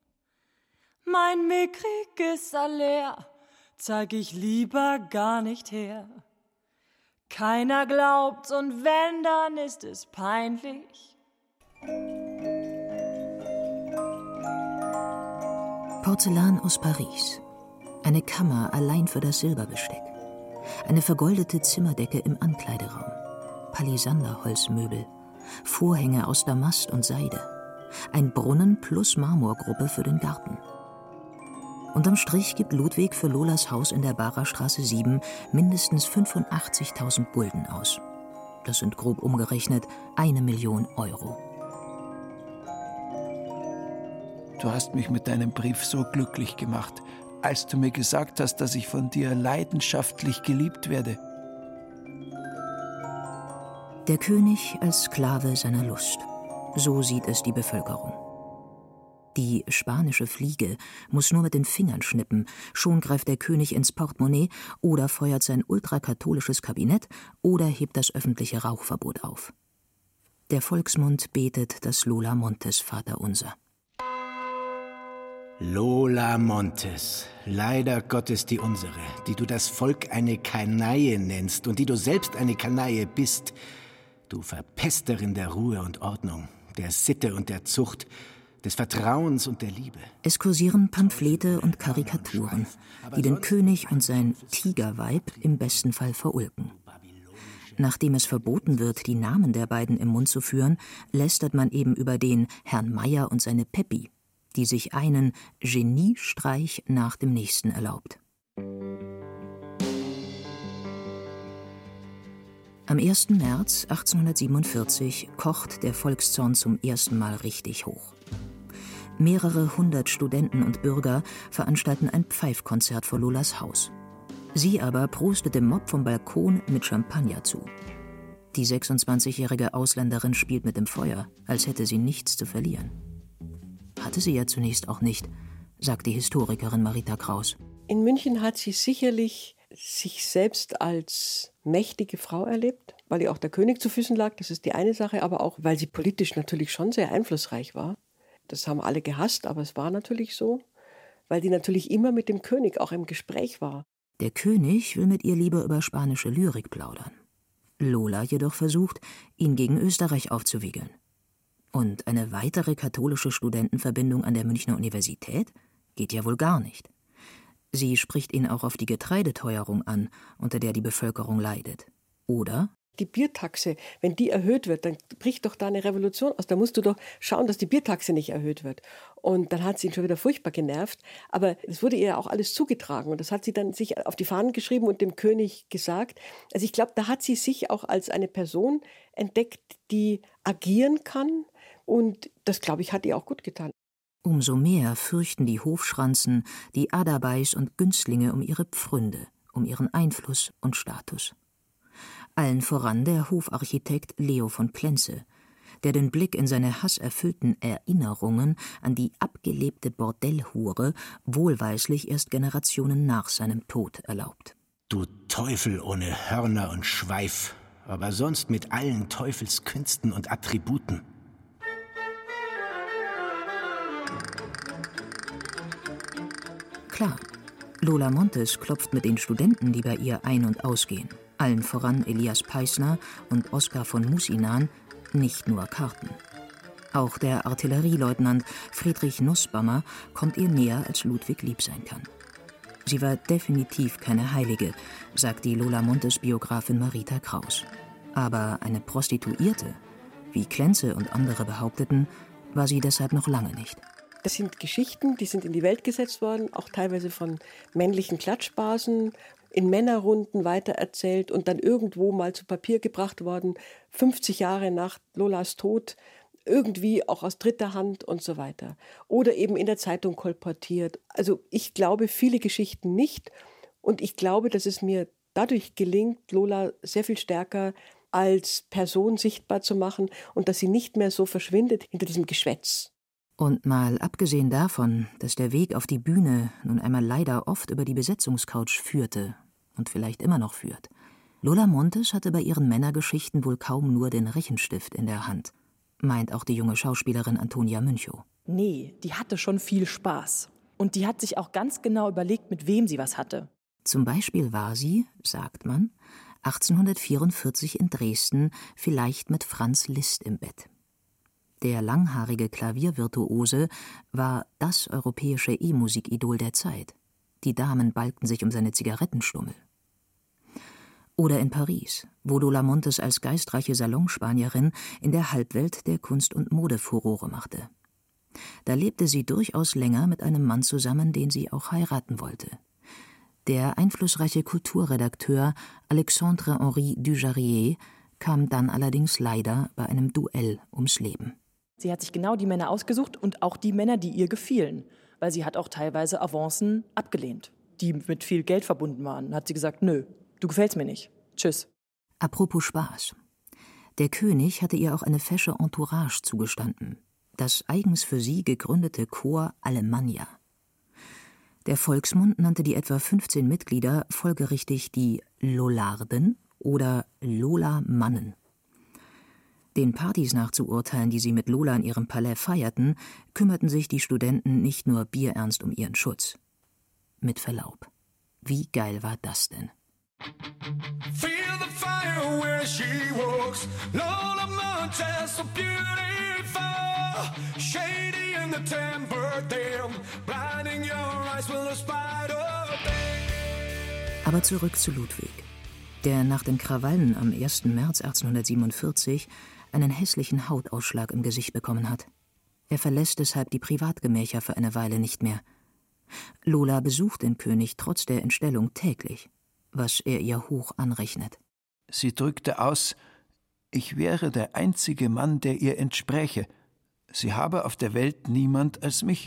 S8: Mein mickriges Salär zeig ich lieber gar nicht her. Keiner glaubt's und wenn, dann ist es peinlich.
S4: Porzellan aus Paris. Eine Kammer allein für das Silberbesteck. Eine vergoldete Zimmerdecke im Ankleideraum. Palisanderholzmöbel. Vorhänge aus Damast und Seide. Ein Brunnen plus Marmorgruppe für den Garten. Unterm Strich gibt Ludwig für Lolas Haus in der Barerstraße sieben mindestens fünfundachtzigtausend Gulden aus. Das sind grob umgerechnet eine Million Euro.
S6: Du hast mich mit deinem Brief so glücklich gemacht, als du mir gesagt hast, dass ich von dir leidenschaftlich geliebt werde.
S4: Der König als Sklave seiner Lust. So sieht es die Bevölkerung. Die spanische Fliege muss nur mit den Fingern schnippen, schon greift der König ins Portemonnaie oder feuert sein ultrakatholisches Kabinett oder hebt das öffentliche Rauchverbot auf. Der Volksmund betet das Lola Montes Vaterunser.
S2: Lola Montes, leider Gottes die unsere, die du das Volk eine Kanaille nennst und die du selbst eine Kanaille bist, du Verpesterin der Ruhe und Ordnung, der Sitte und der Zucht, des Vertrauens und der Liebe.
S4: Es kursieren Pamphlete und Karikaturen, die den König und sein Tigerweib im besten Fall verulken. Nachdem es verboten wird, die Namen der beiden im Mund zu führen, lästert man eben über den Herrn Meier und seine Peppi, die sich einen Geniestreich nach dem nächsten erlaubt. Am ersten März achtzehnhundertsiebenundvierzig kocht der Volkszorn zum ersten Mal richtig hoch. Mehrere hundert Studenten und Bürger veranstalten ein Pfeifkonzert vor Lolas Haus. Sie aber prostet dem Mob vom Balkon mit Champagner zu. Die sechsundzwanzigjährige Ausländerin spielt mit dem Feuer, als hätte sie nichts zu verlieren. Hatte sie ja zunächst auch nicht, sagt die Historikerin Marita Kraus.
S5: In München hat sie sicherlich sich selbst als mächtige Frau erlebt, weil ihr auch der König zu Füßen lag, das ist die eine Sache, aber auch, weil sie politisch natürlich schon sehr einflussreich war. Das haben alle gehasst, aber es war natürlich so, weil die natürlich immer mit dem König auch im Gespräch war.
S4: Der König will mit ihr lieber über spanische Lyrik plaudern. Lola jedoch versucht, ihn gegen Österreich aufzuwiegeln. Und eine weitere katholische Studentenverbindung an der Münchner Universität geht ja wohl gar nicht. Sie spricht ihn auch auf die Getreideteuerung an, unter der die Bevölkerung leidet. Oder?
S5: Die Biertaxe, wenn die erhöht wird, dann bricht doch da eine Revolution aus. Da musst du doch schauen, dass die Biertaxe nicht erhöht wird. Und dann hat sie ihn schon wieder furchtbar genervt. Aber es wurde ihr ja auch alles zugetragen. Und das hat sie dann sich auf die Fahnen geschrieben und dem König gesagt. Also ich glaube, da hat sie sich auch als eine Person entdeckt, die agieren kann. Und das, glaube ich, hat ihr auch gut getan.
S4: Umso mehr fürchten die Hofschranzen, die Adabais und Günstlinge um ihre Pfründe, um ihren Einfluss und Status. Allen voran der Hofarchitekt Leo von Klenze, der den Blick in seine hasserfüllten Erinnerungen an die abgelebte Bordellhure wohlweislich erst Generationen nach seinem Tod erlaubt.
S2: Du Teufel ohne Hörner und Schweif, aber sonst mit allen Teufelskünsten und Attributen.
S4: Klar, Lola Montes klopft mit den Studenten, die bei ihr ein- und ausgehen, allen voran Elias Peißner und Oskar von Musinan, nicht nur Karten. Auch der Artillerieleutnant Friedrich Nussbaumer kommt ihr näher, als Ludwig lieb sein kann. Sie war definitiv keine Heilige, sagt die Lola Montes-Biografin Marita Kraus. Aber eine Prostituierte, wie Klenze und andere behaupteten, war sie deshalb noch lange nicht.
S5: Das sind Geschichten, die sind in die Welt gesetzt worden, auch teilweise von männlichen Klatschbasen, in Männerrunden weitererzählt und dann irgendwo mal zu Papier gebracht worden, fünfzig Jahre nach Lolas Tod, irgendwie auch aus dritter Hand und so weiter. Oder eben in der Zeitung kolportiert. Also ich glaube viele Geschichten nicht und ich glaube, dass es mir dadurch gelingt, Lola sehr viel stärker als Person sichtbar zu machen und dass sie nicht mehr so verschwindet hinter diesem Geschwätz.
S4: Und mal abgesehen davon, dass der Weg auf die Bühne nun einmal leider oft über die Besetzungscouch führte und vielleicht immer noch führt, Lola Montes hatte bei ihren Männergeschichten wohl kaum nur den Rechenstift in der Hand, meint auch die junge Schauspielerin Antonia Münchow.
S3: Nee, die hatte schon viel Spaß. Und die hat sich auch ganz genau überlegt, mit wem sie was hatte.
S4: Zum Beispiel war sie, sagt man, achtzehnhundertvierundvierzig in Dresden vielleicht mit Franz Liszt im Bett. Der langhaarige Klaviervirtuose war das europäische E-Musik-Idol der Zeit. Die Damen balgten sich um seine Zigarettenstummel. Oder in Paris, wo Lola Montes als geistreiche Salonspanierin in der Halbwelt der Kunst und Mode Furore machte. Da lebte sie durchaus länger mit einem Mann zusammen, den sie auch heiraten wollte. Der einflussreiche Kulturredakteur Alexandre-Henri Dujarrier kam dann allerdings leider bei einem Duell ums Leben.
S3: Sie hat sich genau die Männer ausgesucht und auch die Männer, die ihr gefielen. Weil sie hat auch teilweise Avancen abgelehnt, die mit viel Geld verbunden waren. Da hat sie gesagt, nö, du gefällst mir nicht. Tschüss.
S4: Apropos Spaß. Der König hatte ihr auch eine fesche Entourage zugestanden. Das eigens für sie gegründete Corps Alemannia. Der Volksmund nannte die etwa fünfzehn Mitglieder folgerichtig die Lollarden oder Lola-Mannen. Den Partys nachzuurteilen, die sie mit Lola in ihrem Palais feierten, kümmerten sich die Studenten nicht nur bierernst um ihren Schutz. Mit Verlaub, wie geil war das denn? Feel the fire where she walks, Lola Montes so beautiful, shady in the temper dim, blinding your eyes with a spider. Aber zurück zu Ludwig, der nach den Krawallen am ersten März achtzehnhundertsiebenundvierzig einen hässlichen Hautausschlag im Gesicht bekommen hat. Er verlässt deshalb die Privatgemächer für eine Weile nicht mehr. Lola besucht den König trotz der Entstellung täglich, was er ihr hoch anrechnet.
S6: Sie drückte aus, ich wäre der einzige Mann, der ihr entspräche. Sie habe auf der Welt niemand als mich.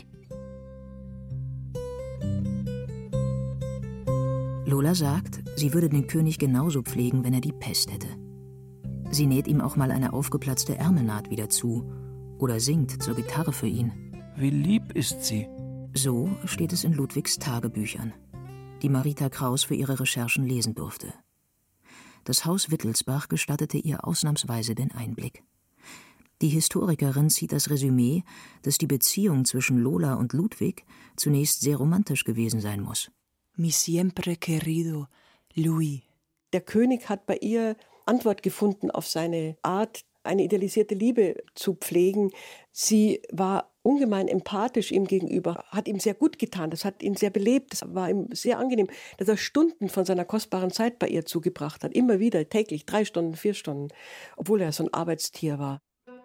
S4: Lola sagt, sie würde den König genauso pflegen, wenn er die Pest hätte. Sie näht ihm auch mal eine aufgeplatzte Ärmelnaht wieder zu oder singt zur Gitarre für ihn.
S6: Wie lieb ist sie.
S4: So steht es in Ludwigs Tagebüchern, die Marita Kraus für ihre Recherchen lesen durfte. Das Haus Wittelsbach gestattete ihr ausnahmsweise den Einblick. Die Historikerin zieht das Resümee, dass die Beziehung zwischen Lola und Ludwig zunächst sehr romantisch gewesen sein muss.
S8: Mi siempre querido Louis.
S5: Der König hat bei ihr Antwort gefunden auf seine Art, eine idealisierte Liebe zu pflegen. Sie war ungemein empathisch ihm gegenüber, hat ihm sehr gut getan, das hat ihn sehr belebt, das war ihm sehr angenehm, dass er Stunden von seiner kostbaren Zeit bei ihr zugebracht hat, immer wieder, täglich, drei Stunden, vier Stunden, obwohl er so ein Arbeitstier war.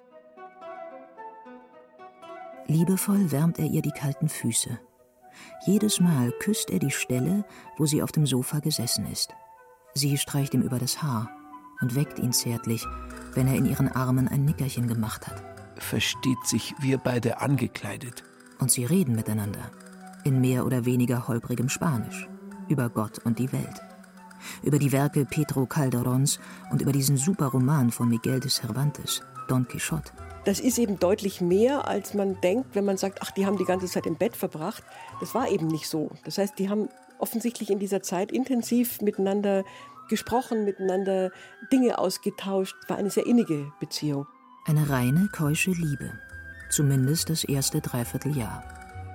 S4: Liebevoll wärmt er ihr die kalten Füße. Jedes Mal küsst er die Stelle, wo sie auf dem Sofa gesessen ist. Sie streicht ihm über das Haar und weckt ihn zärtlich, wenn er in ihren Armen ein Nickerchen gemacht hat.
S6: Versteht sich, wir beide angekleidet.
S4: Und sie reden miteinander, in mehr oder weniger holprigem Spanisch, über Gott und die Welt. Über die Werke Pedro Calderons und über diesen Superroman von Miguel de Cervantes, Don Quixote.
S5: Das ist eben deutlich mehr, als man denkt, wenn man sagt, ach, die haben die ganze Zeit im Bett verbracht. Das war eben nicht so. Das heißt, die haben offensichtlich in dieser Zeit intensiv miteinander gesprochen, miteinander Dinge ausgetauscht. Es war eine sehr innige Beziehung.
S4: Eine reine, keusche Liebe. Zumindest das erste Dreivierteljahr.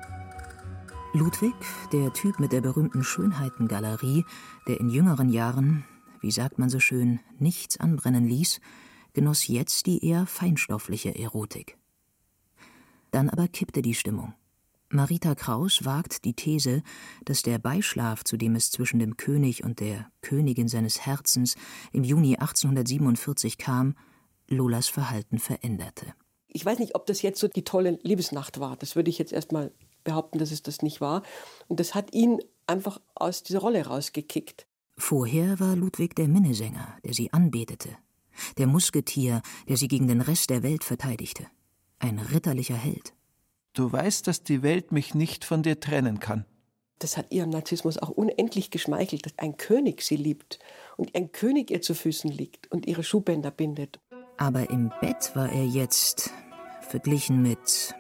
S4: Ludwig, der Typ mit der berühmten Schönheitengalerie, der in jüngeren Jahren, wie sagt man so schön, nichts anbrennen ließ, genoss jetzt die eher feinstoffliche Erotik. Dann aber kippte die Stimmung. Marita Kraus wagt die These, dass der Beischlaf, zu dem es zwischen dem König und der Königin seines Herzens im Juni achtzehnhundertsiebenundvierzig kam, Lolas Verhalten veränderte.
S5: Ich weiß nicht, ob das jetzt so die tolle Liebesnacht war. Das würde ich jetzt erstmal behaupten, dass es das nicht war. Und das hat ihn einfach aus dieser Rolle rausgekickt.
S4: Vorher war Ludwig der Minnesänger, der sie anbetete. Der Musketier, der sie gegen den Rest der Welt verteidigte. Ein ritterlicher Held.
S6: Du weißt, dass die Welt mich nicht von dir trennen kann.
S5: Das hat ihrem Narzissmus auch unendlich geschmeichelt, dass ein König sie liebt und ein König ihr zu Füßen liegt und ihre Schuhbänder bindet.
S4: Aber im Bett war er jetzt verglichen mit...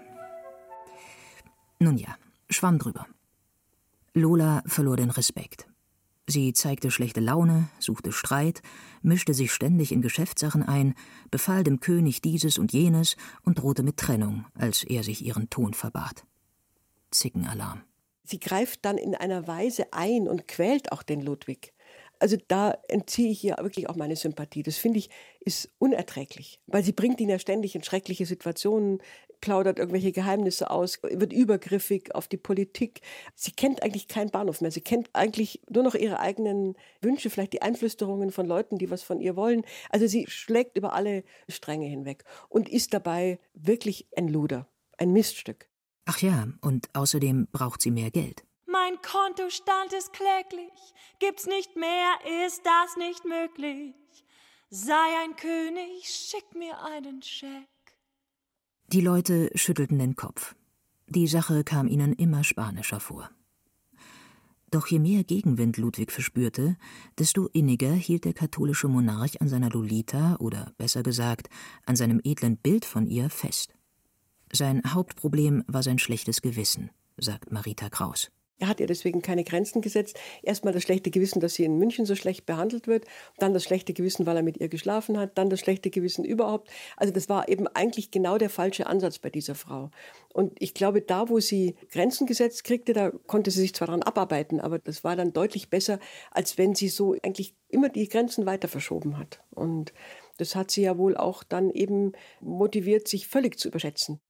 S4: Nun ja, schwamm drüber. Lola verlor den Respekt. Sie zeigte schlechte Laune, suchte Streit, mischte sich ständig in Geschäftssachen ein, befahl dem König dieses und jenes und drohte mit Trennung, als er sich ihren Ton verbat. Zickenalarm.
S5: Sie greift dann in einer Weise ein und quält auch den Ludwig. Also da entziehe ich ihr wirklich auch meine Sympathie. Das finde ich, ist unerträglich. Weil sie bringt ihn ja ständig in schreckliche Situationen, plaudert irgendwelche Geheimnisse aus, wird übergriffig auf die Politik. Sie kennt eigentlich keinen Bahnhof mehr. Sie kennt eigentlich nur noch ihre eigenen Wünsche, vielleicht die Einflüsterungen von Leuten, die was von ihr wollen. Also sie schlägt über alle Stränge hinweg und ist dabei wirklich ein Luder, ein Miststück.
S4: Ach ja, und außerdem braucht sie mehr Geld.
S8: Mein Kontostand ist kläglich, gibt's nicht mehr, ist das nicht möglich. Sei ein König, schick mir einen Scheck.
S4: Die Leute schüttelten den Kopf. Die Sache kam ihnen immer spanischer vor. Doch je mehr Gegenwind Ludwig verspürte, desto inniger hielt der katholische Monarch an seiner Lolita, oder besser gesagt, an seinem edlen Bild von ihr fest. Sein Hauptproblem war sein schlechtes Gewissen, sagt Marita Kraus.
S5: Er hat ihr deswegen keine Grenzen gesetzt. Erstmal das schlechte Gewissen, dass sie in München so schlecht behandelt wird. Dann das schlechte Gewissen, weil er mit ihr geschlafen hat. Dann das schlechte Gewissen überhaupt. Also das war eben eigentlich genau der falsche Ansatz bei dieser Frau. Und ich glaube, da, wo sie Grenzen gesetzt kriegte, da konnte sie sich zwar daran abarbeiten, aber das war dann deutlich besser, als wenn sie so eigentlich immer die Grenzen weiter verschoben hat. Und das hat sie ja wohl auch dann eben motiviert, sich völlig zu überschätzen.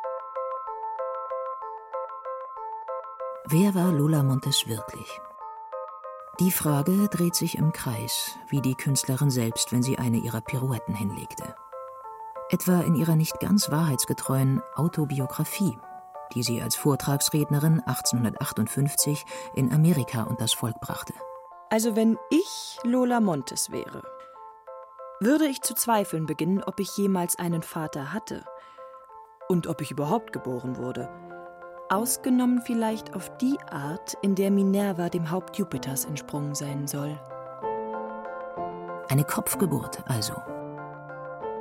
S4: Wer war Lola Montes wirklich? Die Frage dreht sich im Kreis, wie die Künstlerin selbst, wenn sie eine ihrer Pirouetten hinlegte. Etwa in ihrer nicht ganz wahrheitsgetreuen Autobiografie, die sie als Vortragsrednerin achtzehnhundertachtundfünfzig in Amerika unters Volk brachte.
S3: Also wenn ich Lola Montes wäre, würde ich zu zweifeln beginnen, ob ich jemals einen Vater hatte und ob ich überhaupt geboren wurde. Ausgenommen vielleicht auf die Art, in der Minerva dem Haupt Jupiters entsprungen sein soll.
S4: Eine Kopfgeburt also.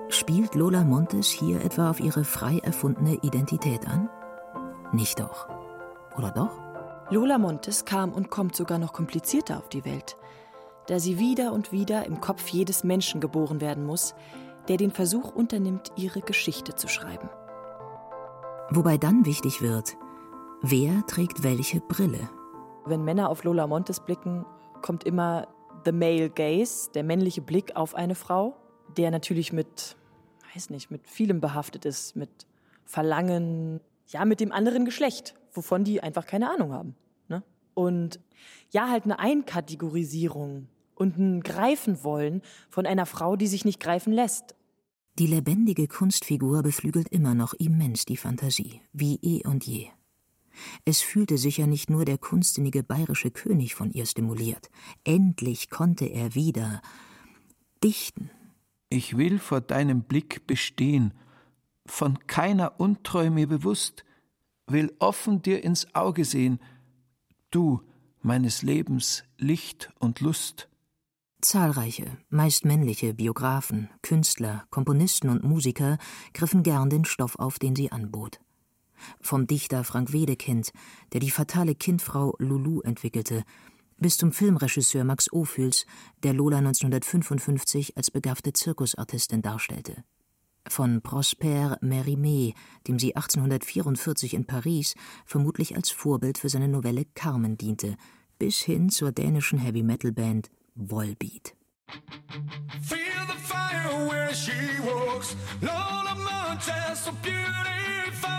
S4: Spielt Lola Montez hier etwa auf ihre frei erfundene Identität an? Nicht doch. Oder doch?
S3: Lola Montez kam und kommt sogar noch komplizierter auf die Welt, da sie wieder und wieder im Kopf jedes Menschen geboren werden muss, der den Versuch unternimmt, ihre Geschichte zu schreiben.
S4: Wobei dann wichtig wird, wer trägt welche Brille?
S3: Wenn Männer auf Lola Montez blicken, kommt immer the male gaze, der männliche Blick auf eine Frau, der natürlich mit, weiß nicht, mit vielem behaftet ist, mit Verlangen, ja, mit dem anderen Geschlecht, wovon die einfach keine Ahnung haben. Ne? Und ja, halt eine Einkategorisierung und ein Greifen wollen von einer Frau, die sich nicht greifen lässt.
S4: Die lebendige Kunstfigur beflügelt immer noch immens die Fantasie, wie eh und je. Es fühlte sich ja nicht nur der kunstsinnige bayerische König von ihr stimuliert. Endlich konnte er wieder dichten.
S6: Ich will vor deinem Blick bestehen, von keiner Untreu mir bewusst, will offen dir ins Auge sehen, du, meines Lebens Licht und Lust.
S4: Zahlreiche, meist männliche Biografen, Künstler, Komponisten und Musiker griffen gern den Stoff auf, den sie anbot. Vom Dichter Frank Wedekind, der die fatale Kindfrau Lulu entwickelte, bis zum Filmregisseur Max Ophüls, der Lola neunzehnhundertfünfundfünfzig als begabte Zirkusartistin darstellte. Von Prosper Mérimée, dem sie achtzehnhundertvierundvierzig in Paris vermutlich als Vorbild für seine Novelle Carmen diente, bis hin zur dänischen Heavy-Metal-Band Volbeat.
S9: Feel the fire where she walks, Lola Montez so beautiful,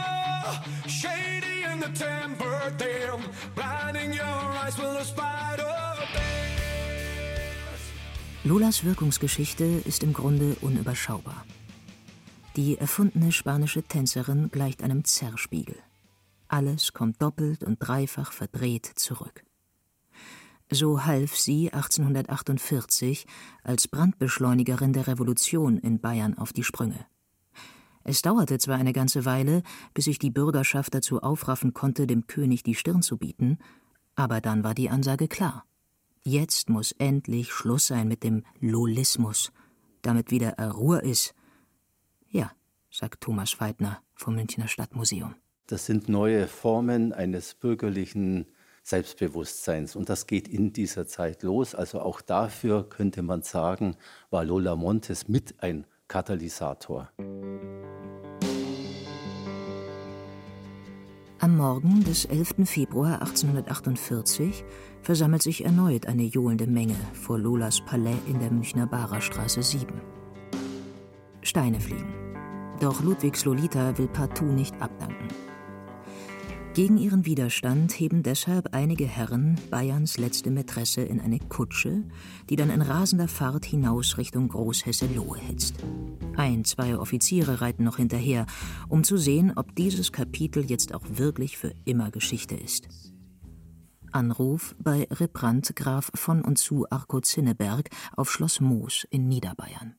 S9: shady in the timber dam, blinding your eyes with a spider dance.
S4: Lolas Wirkungsgeschichte ist im Grunde unüberschaubar. Die erfundene spanische Tänzerin gleicht einem Zerrspiegel. Alles kommt doppelt und dreifach verdreht zurück. So half sie achtzehnhundertachtundvierzig als Brandbeschleunigerin der Revolution in Bayern auf die Sprünge. Es dauerte zwar eine ganze Weile, bis sich die Bürgerschaft dazu aufraffen konnte, dem König die Stirn zu bieten, aber dann war die Ansage klar. Jetzt muss endlich Schluss sein mit dem Lolismus, damit wieder Ruhe ist. Ja, sagt Thomas Feitner vom Münchner Stadtmuseum.
S7: Das sind neue Formen eines bürgerlichen Selbstbewusstseins. Und das geht in dieser Zeit los. Also auch dafür könnte man sagen, war Lola Montez mit ein Katalysator.
S4: Am Morgen des elften Februar achtzehnhundertachtundvierzig versammelt sich erneut eine johlende Menge vor Lolas Palais in der Münchner Barerstraße sieben. Steine fliegen. Doch Ludwigs Lolita will partout nicht abdanken. Gegen ihren Widerstand heben deshalb einige Herren Bayerns letzte Mätresse in eine Kutsche, die dann in rasender Fahrt hinaus Richtung Großhesselohe hetzt. Ein, zwei Offiziere reiten noch hinterher, um zu sehen, ob dieses Kapitel jetzt auch wirklich für immer Geschichte ist. Anruf bei Reprant Graf von und zu Arco-Zinneberg auf Schloss Moos in Niederbayern.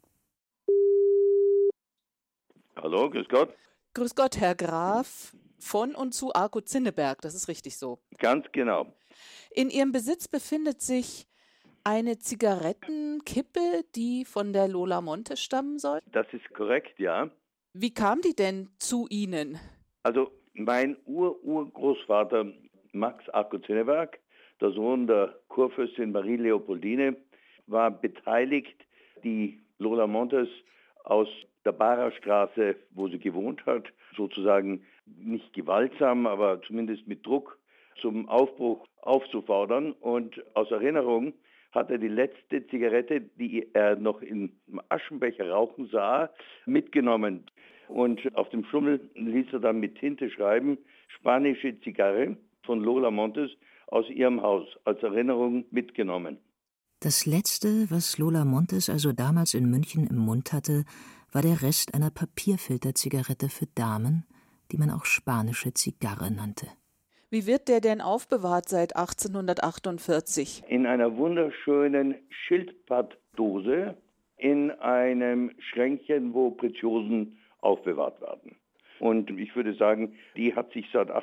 S10: Hallo, grüß Gott.
S11: Grüß Gott, Herr Graf. Von und zu Arco-Zinneberg, das ist richtig so.
S10: Ganz genau.
S11: In Ihrem Besitz befindet sich eine Zigarettenkippe, die von der Lola Montez stammen soll?
S10: Das ist korrekt, ja.
S11: Wie kam die denn zu Ihnen?
S10: Also mein Ur-Urgroßvater Max Arco-Zinneberg, der Sohn der Kurfürstin Marie Leopoldine, war beteiligt, die Lola Montez aus der Barerstraße, wo sie gewohnt hat, sozusagen nicht gewaltsam, aber zumindest mit Druck zum Aufbruch aufzufordern. Und aus Erinnerung hat er die letzte Zigarette, die er noch im Aschenbecher rauchen sah, mitgenommen. Und auf dem Schummel ließ er dann mit Tinte schreiben, spanische Zigarre von Lola Montez aus ihrem Haus, als Erinnerung mitgenommen.
S4: Das Letzte, was Lola Montez also damals in München im Mund hatte, war der Rest einer Papierfilterzigarette für Damen, die man auch spanische Zigarre nannte.
S11: Wie wird der denn aufbewahrt seit achtzehnhundertachtundvierzig?
S10: In einer wunderschönen Schildpattdose in einem Schränkchen, wo Preziosen aufbewahrt werden. Und ich würde sagen, die hat sich seit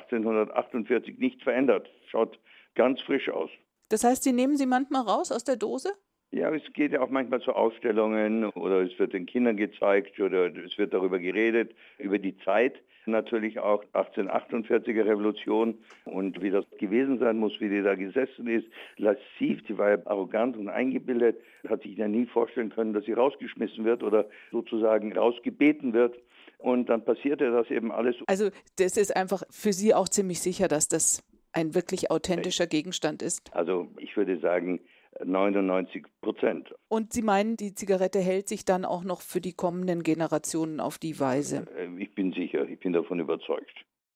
S10: achtzehnhundertachtundvierzig nicht verändert. Schaut ganz frisch aus.
S11: Das heißt, Sie nehmen sie manchmal raus aus der Dose?
S10: Ja, es geht ja auch manchmal zu Ausstellungen oder es wird den Kindern gezeigt oder es wird darüber geredet, über die Zeit. Natürlich auch achtzehnhundertachtundvierziger Revolution und wie das gewesen sein muss, wie die da gesessen ist. Lasciv, die war ja arrogant und eingebildet, hat sich ja nie vorstellen können, dass sie rausgeschmissen wird oder sozusagen rausgebeten wird. Und dann passierte das eben alles.
S11: Also das ist einfach für Sie auch ziemlich sicher, dass das ein wirklich authentischer Gegenstand ist?
S10: Also ich würde sagen neunundneunzig Prozent.
S11: Und Sie meinen, die Zigarette hält sich dann auch noch für die kommenden Generationen auf die Weise?
S10: Ich bin sicher, ich bin davon überzeugt.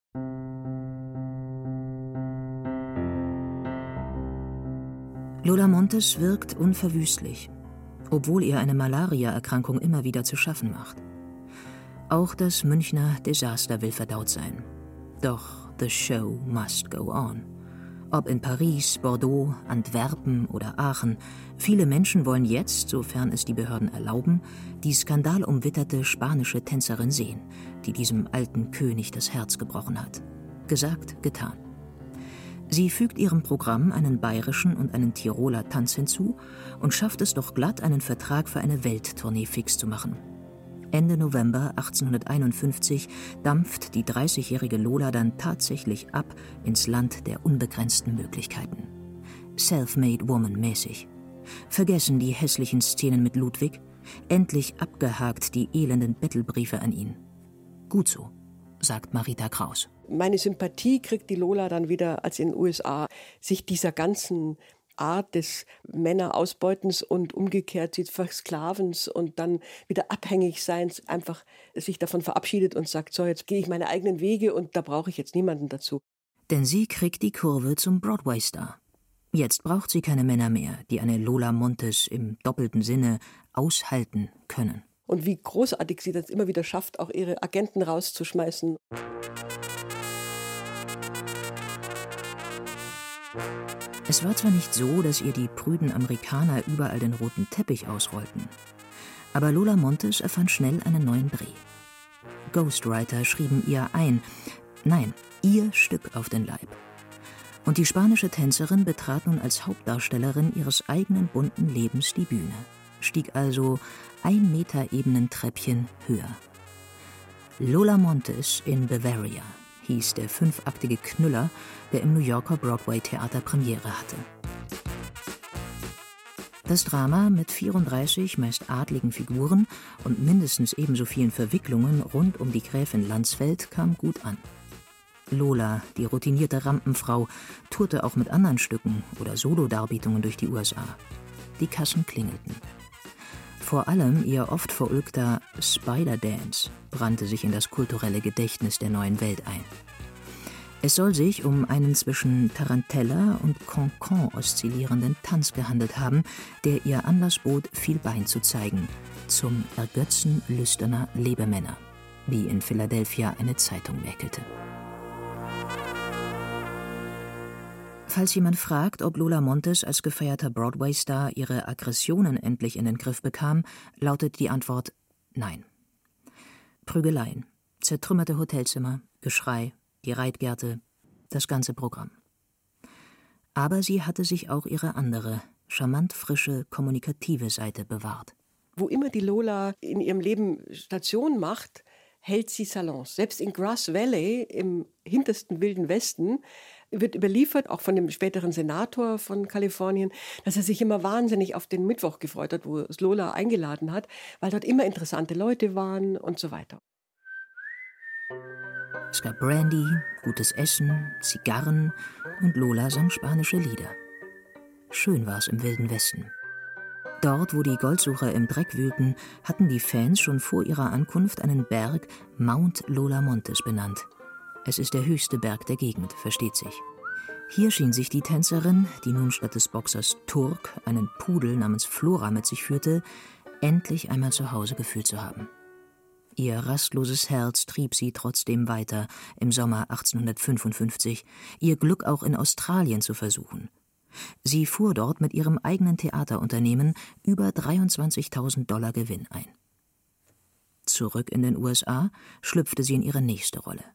S4: Lola Montez wirkt unverwüstlich, obwohl ihr eine Malaria-Erkrankung immer wieder zu schaffen macht. Auch das Münchner Desaster will verdaut sein. Doch the show must go on. Ob in Paris, Bordeaux, Antwerpen oder Aachen, viele Menschen wollen jetzt, sofern es die Behörden erlauben, die skandalumwitterte spanische Tänzerin sehen, die diesem alten König das Herz gebrochen hat. Gesagt, getan. Sie fügt ihrem Programm einen bayerischen und einen Tiroler Tanz hinzu und schafft es doch glatt, einen Vertrag für eine Welttournee fix zu machen. Ende November achtzehnhunderteinundfünfzig dampft die dreißigjährige Lola dann tatsächlich ab ins Land der unbegrenzten Möglichkeiten. Self-made woman mäßig. Vergessen die hässlichen Szenen mit Ludwig, endlich abgehakt die elenden Bettelbriefe an ihn. Gut so, sagt Marita Kraus.
S5: Meine Sympathie kriegt die Lola dann wieder, als in den U S A sich dieser ganzen Art des Männerausbeutens und umgekehrt des Versklavens und dann wieder Abhängigseins einfach sich davon verabschiedet und sagt, so, jetzt gehe ich meine eigenen Wege und da brauche ich jetzt niemanden dazu.
S4: Denn sie kriegt die Kurve zum Broadway-Star. Jetzt braucht sie keine Männer mehr, die eine Lola Montez im doppelten Sinne aushalten können.
S5: Und wie großartig sie das immer wieder schafft, auch ihre Agenten rauszuschmeißen.
S4: Es war zwar nicht so, dass ihr die prüden Amerikaner überall den roten Teppich ausrollten, aber Lola Montez erfand schnell einen neuen Dreh. Ghostwriter schrieben ihr ein, nein, ihr Stück auf den Leib. Und die spanische Tänzerin betrat nun als Hauptdarstellerin ihres eigenen bunten Lebens die Bühne, stieg also ein Meter Ebenentreppchen höher. Lola Montez in Bavaria hieß der fünfaktige Knüller, der im New Yorker Broadway-Theater Premiere hatte. Das Drama mit vierunddreißig meist adligen Figuren und mindestens ebenso vielen Verwicklungen rund um die Gräfin Landsfeld kam gut an. Lola, die routinierte Rampenfrau, tourte auch mit anderen Stücken oder Solodarbietungen durch die U S A. Die Kassen klingelten. Vor allem ihr oft verulgter Spider Dance brannte sich in das kulturelle Gedächtnis der neuen Welt ein. Es soll sich um einen zwischen Tarantella und Cancan oszillierenden Tanz gehandelt haben, der ihr Anlass bot, viel Bein zu zeigen, zum Ergötzen lüsterner Lebemänner, wie in Philadelphia eine Zeitung mäkelte. Falls jemand fragt, ob Lola Montez als gefeierter Broadway-Star ihre Aggressionen endlich in den Griff bekam, lautet die Antwort nein. Prügeleien, zertrümmerte Hotelzimmer, Geschrei, die Reitgerte, das ganze Programm. Aber sie hatte sich auch ihre andere, charmant frische, kommunikative Seite bewahrt.
S5: Wo immer die Lola in ihrem Leben Station macht, hält sie Salons. Selbst in Grass Valley, im hintersten Wilden Westen, wird überliefert, auch von dem späteren Senator von Kalifornien, dass er sich immer wahnsinnig auf den Mittwoch gefreut hat, wo es Lola eingeladen hat, weil dort immer interessante Leute waren und so weiter.
S4: Es gab Brandy, gutes Essen, Zigarren und Lola sang spanische Lieder. Schön war es im Wilden Westen. Dort, wo die Goldsucher im Dreck wühlten, hatten die Fans schon vor ihrer Ankunft einen Berg Mount Lola Montez benannt. Es ist der höchste Berg der Gegend, versteht sich. Hier schien sich die Tänzerin, die nun statt des Boxers Turk einen Pudel namens Flora mit sich führte, endlich einmal zu Hause gefühlt zu haben. Ihr rastloses Herz trieb sie trotzdem weiter, im Sommer achtzehnhundertfünfundfünfzig, ihr Glück auch in Australien zu versuchen. Sie fuhr dort mit ihrem eigenen Theaterunternehmen über dreiundzwanzigtausend Dollar Gewinn ein. Zurück in den U S A schlüpfte sie in ihre nächste Rolle.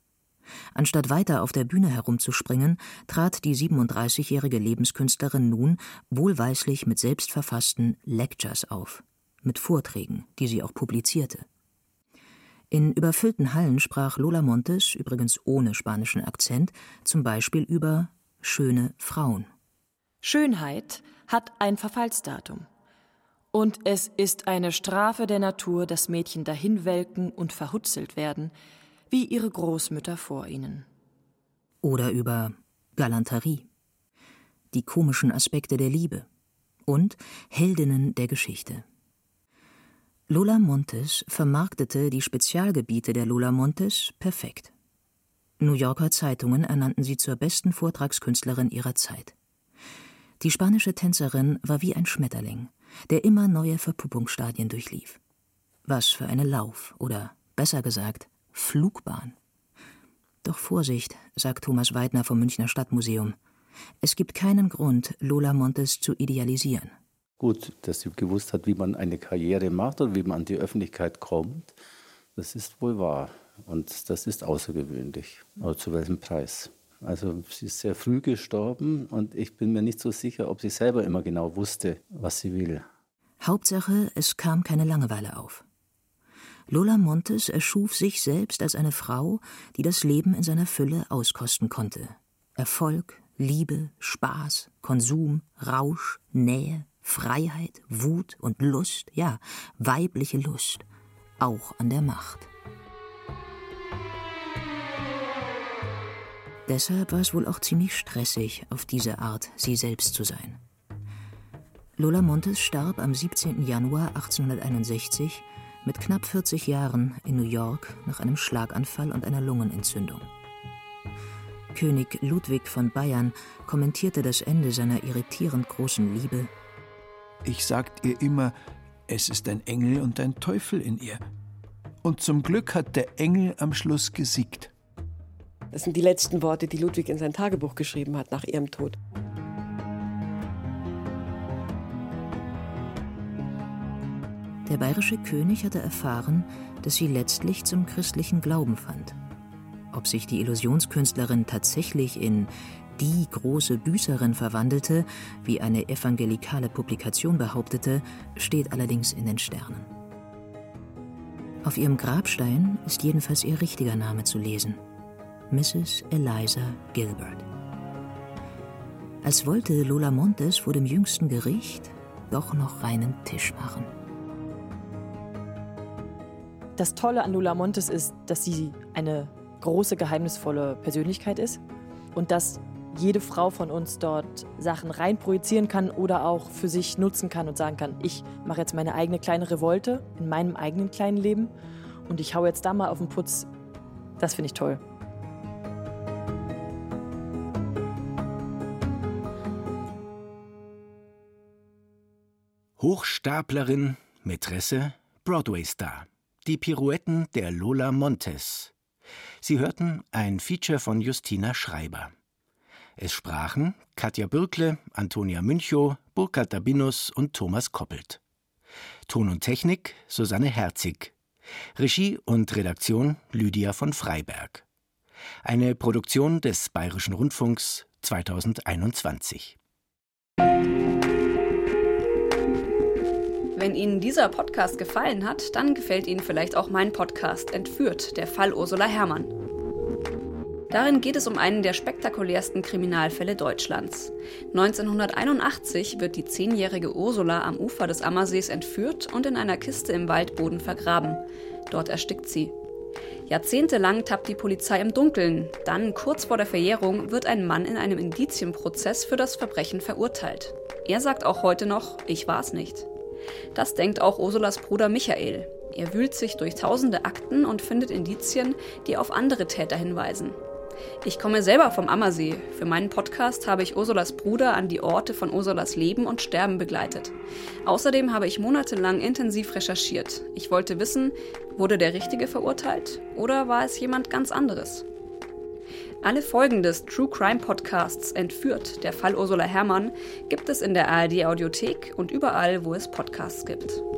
S4: Anstatt weiter auf der Bühne herumzuspringen, trat die siebenunddreißigjährige Lebenskünstlerin nun wohlweislich mit selbstverfassten Lectures auf, mit Vorträgen, die sie auch publizierte. In überfüllten Hallen sprach Lola Montes, übrigens ohne spanischen Akzent, zum Beispiel über schöne Frauen.
S3: Schönheit hat ein Verfallsdatum. Und es ist eine Strafe der Natur, dass Mädchen dahinwelken und verhutzelt werden, wie ihre Großmütter vor ihnen.
S4: Oder über Galanterie, die komischen Aspekte der Liebe und Heldinnen der Geschichte. Lola Montes vermarktete die Spezialgebiete der Lola Montes perfekt. New Yorker Zeitungen ernannten sie zur besten Vortragskünstlerin ihrer Zeit. Die spanische Tänzerin war wie ein Schmetterling, der immer neue Verpuppungsstadien durchlief. Was für eine Lauf- oder, besser gesagt, Flugbahn. Doch Vorsicht, sagt Thomas Weidner vom Münchner Stadtmuseum. Es gibt keinen Grund, Lola Montes zu idealisieren.
S7: Gut, dass sie gewusst hat, wie man eine Karriere macht und wie man an die Öffentlichkeit kommt, das ist wohl wahr. Und das ist außergewöhnlich. Aber zu welchem Preis? Also sie ist sehr früh gestorben und ich bin mir nicht so sicher, ob sie selber immer genau wusste, was sie will.
S4: Hauptsache, es kam keine Langeweile auf. Lola Montes erschuf sich selbst als eine Frau, die das Leben in seiner Fülle auskosten konnte. Erfolg, Liebe, Spaß, Konsum, Rausch, Nähe, Freiheit, Wut und Lust, ja, weibliche Lust, auch an der Macht. Deshalb war es wohl auch ziemlich stressig, auf diese Art sie selbst zu sein. Lola Montes starb am siebzehnten Januar achtzehnhunderteinundsechzig mit knapp vierzig Jahren in New York nach einem Schlaganfall und einer Lungenentzündung. König Ludwig von Bayern kommentierte das Ende seiner irritierend großen Liebe:
S6: Ich sagt ihr immer, es ist ein Engel und ein Teufel in ihr. Und zum Glück hat der Engel am Schluss gesiegt.
S5: Das sind die letzten Worte, die Ludwig in sein Tagebuch geschrieben hat nach ihrem Tod.
S4: Der bayerische König hatte erfahren, dass sie letztlich zum christlichen Glauben fand. Ob sich die Illusionskünstlerin tatsächlich in die große Büßerin verwandelte, wie eine evangelikale Publikation behauptete, steht allerdings in den Sternen. Auf ihrem Grabstein ist jedenfalls ihr richtiger Name zu lesen: Misses Eliza Gilbert. Als wollte Lola Montes vor dem jüngsten Gericht doch noch reinen Tisch machen.
S3: Das Tolle an Lola Montes ist, dass sie eine große, geheimnisvolle Persönlichkeit ist und dass jede Frau von uns dort Sachen reinprojizieren kann oder auch für sich nutzen kann und sagen kann, ich mache jetzt meine eigene kleine Revolte in meinem eigenen kleinen Leben und ich hau jetzt da mal auf den Putz. Das finde ich toll.
S2: Hochstaplerin, Mätresse, Broadway-Star. Die Pirouetten der Lola Montes. Sie hörten ein Feature von Justina Schreiber. Es sprachen Katja Bürkle, Antonia Münchow, Burkhard Dabinus und Thomas Koppelt. Ton und Technik Susanne Herzig. Regie und Redaktion Lydia von Freiberg. Eine Produktion des Bayerischen Rundfunks zweitausendeinundzwanzig.
S12: Wenn Ihnen dieser Podcast gefallen hat, dann gefällt Ihnen vielleicht auch mein Podcast Entführt, der Fall Ursula Herrmann. Darin geht es um einen der spektakulärsten Kriminalfälle Deutschlands. neunzehnhunderteinundachtzig wird die zehnjährige Ursula am Ufer des Ammersees entführt und in einer Kiste im Waldboden vergraben. Dort erstickt sie. Jahrzehntelang tappt die Polizei im Dunkeln. Dann, kurz vor der Verjährung, wird ein Mann in einem Indizienprozess für das Verbrechen verurteilt. Er sagt auch heute noch, ich war's nicht. Das denkt auch Ursulas Bruder Michael. Er wühlt sich durch tausende Akten und findet Indizien, die auf andere Täter hinweisen. Ich komme selber vom Ammersee. Für meinen Podcast habe ich Ursulas Bruder an die Orte von Ursulas Leben und Sterben begleitet. Außerdem habe ich monatelang intensiv recherchiert. Ich wollte wissen, wurde der Richtige verurteilt oder war es jemand ganz anderes? Alle Folgen des True Crime Podcasts Entführt, der Fall Ursula Herrmann, gibt es in der A R D Audiothek und überall, wo es Podcasts gibt.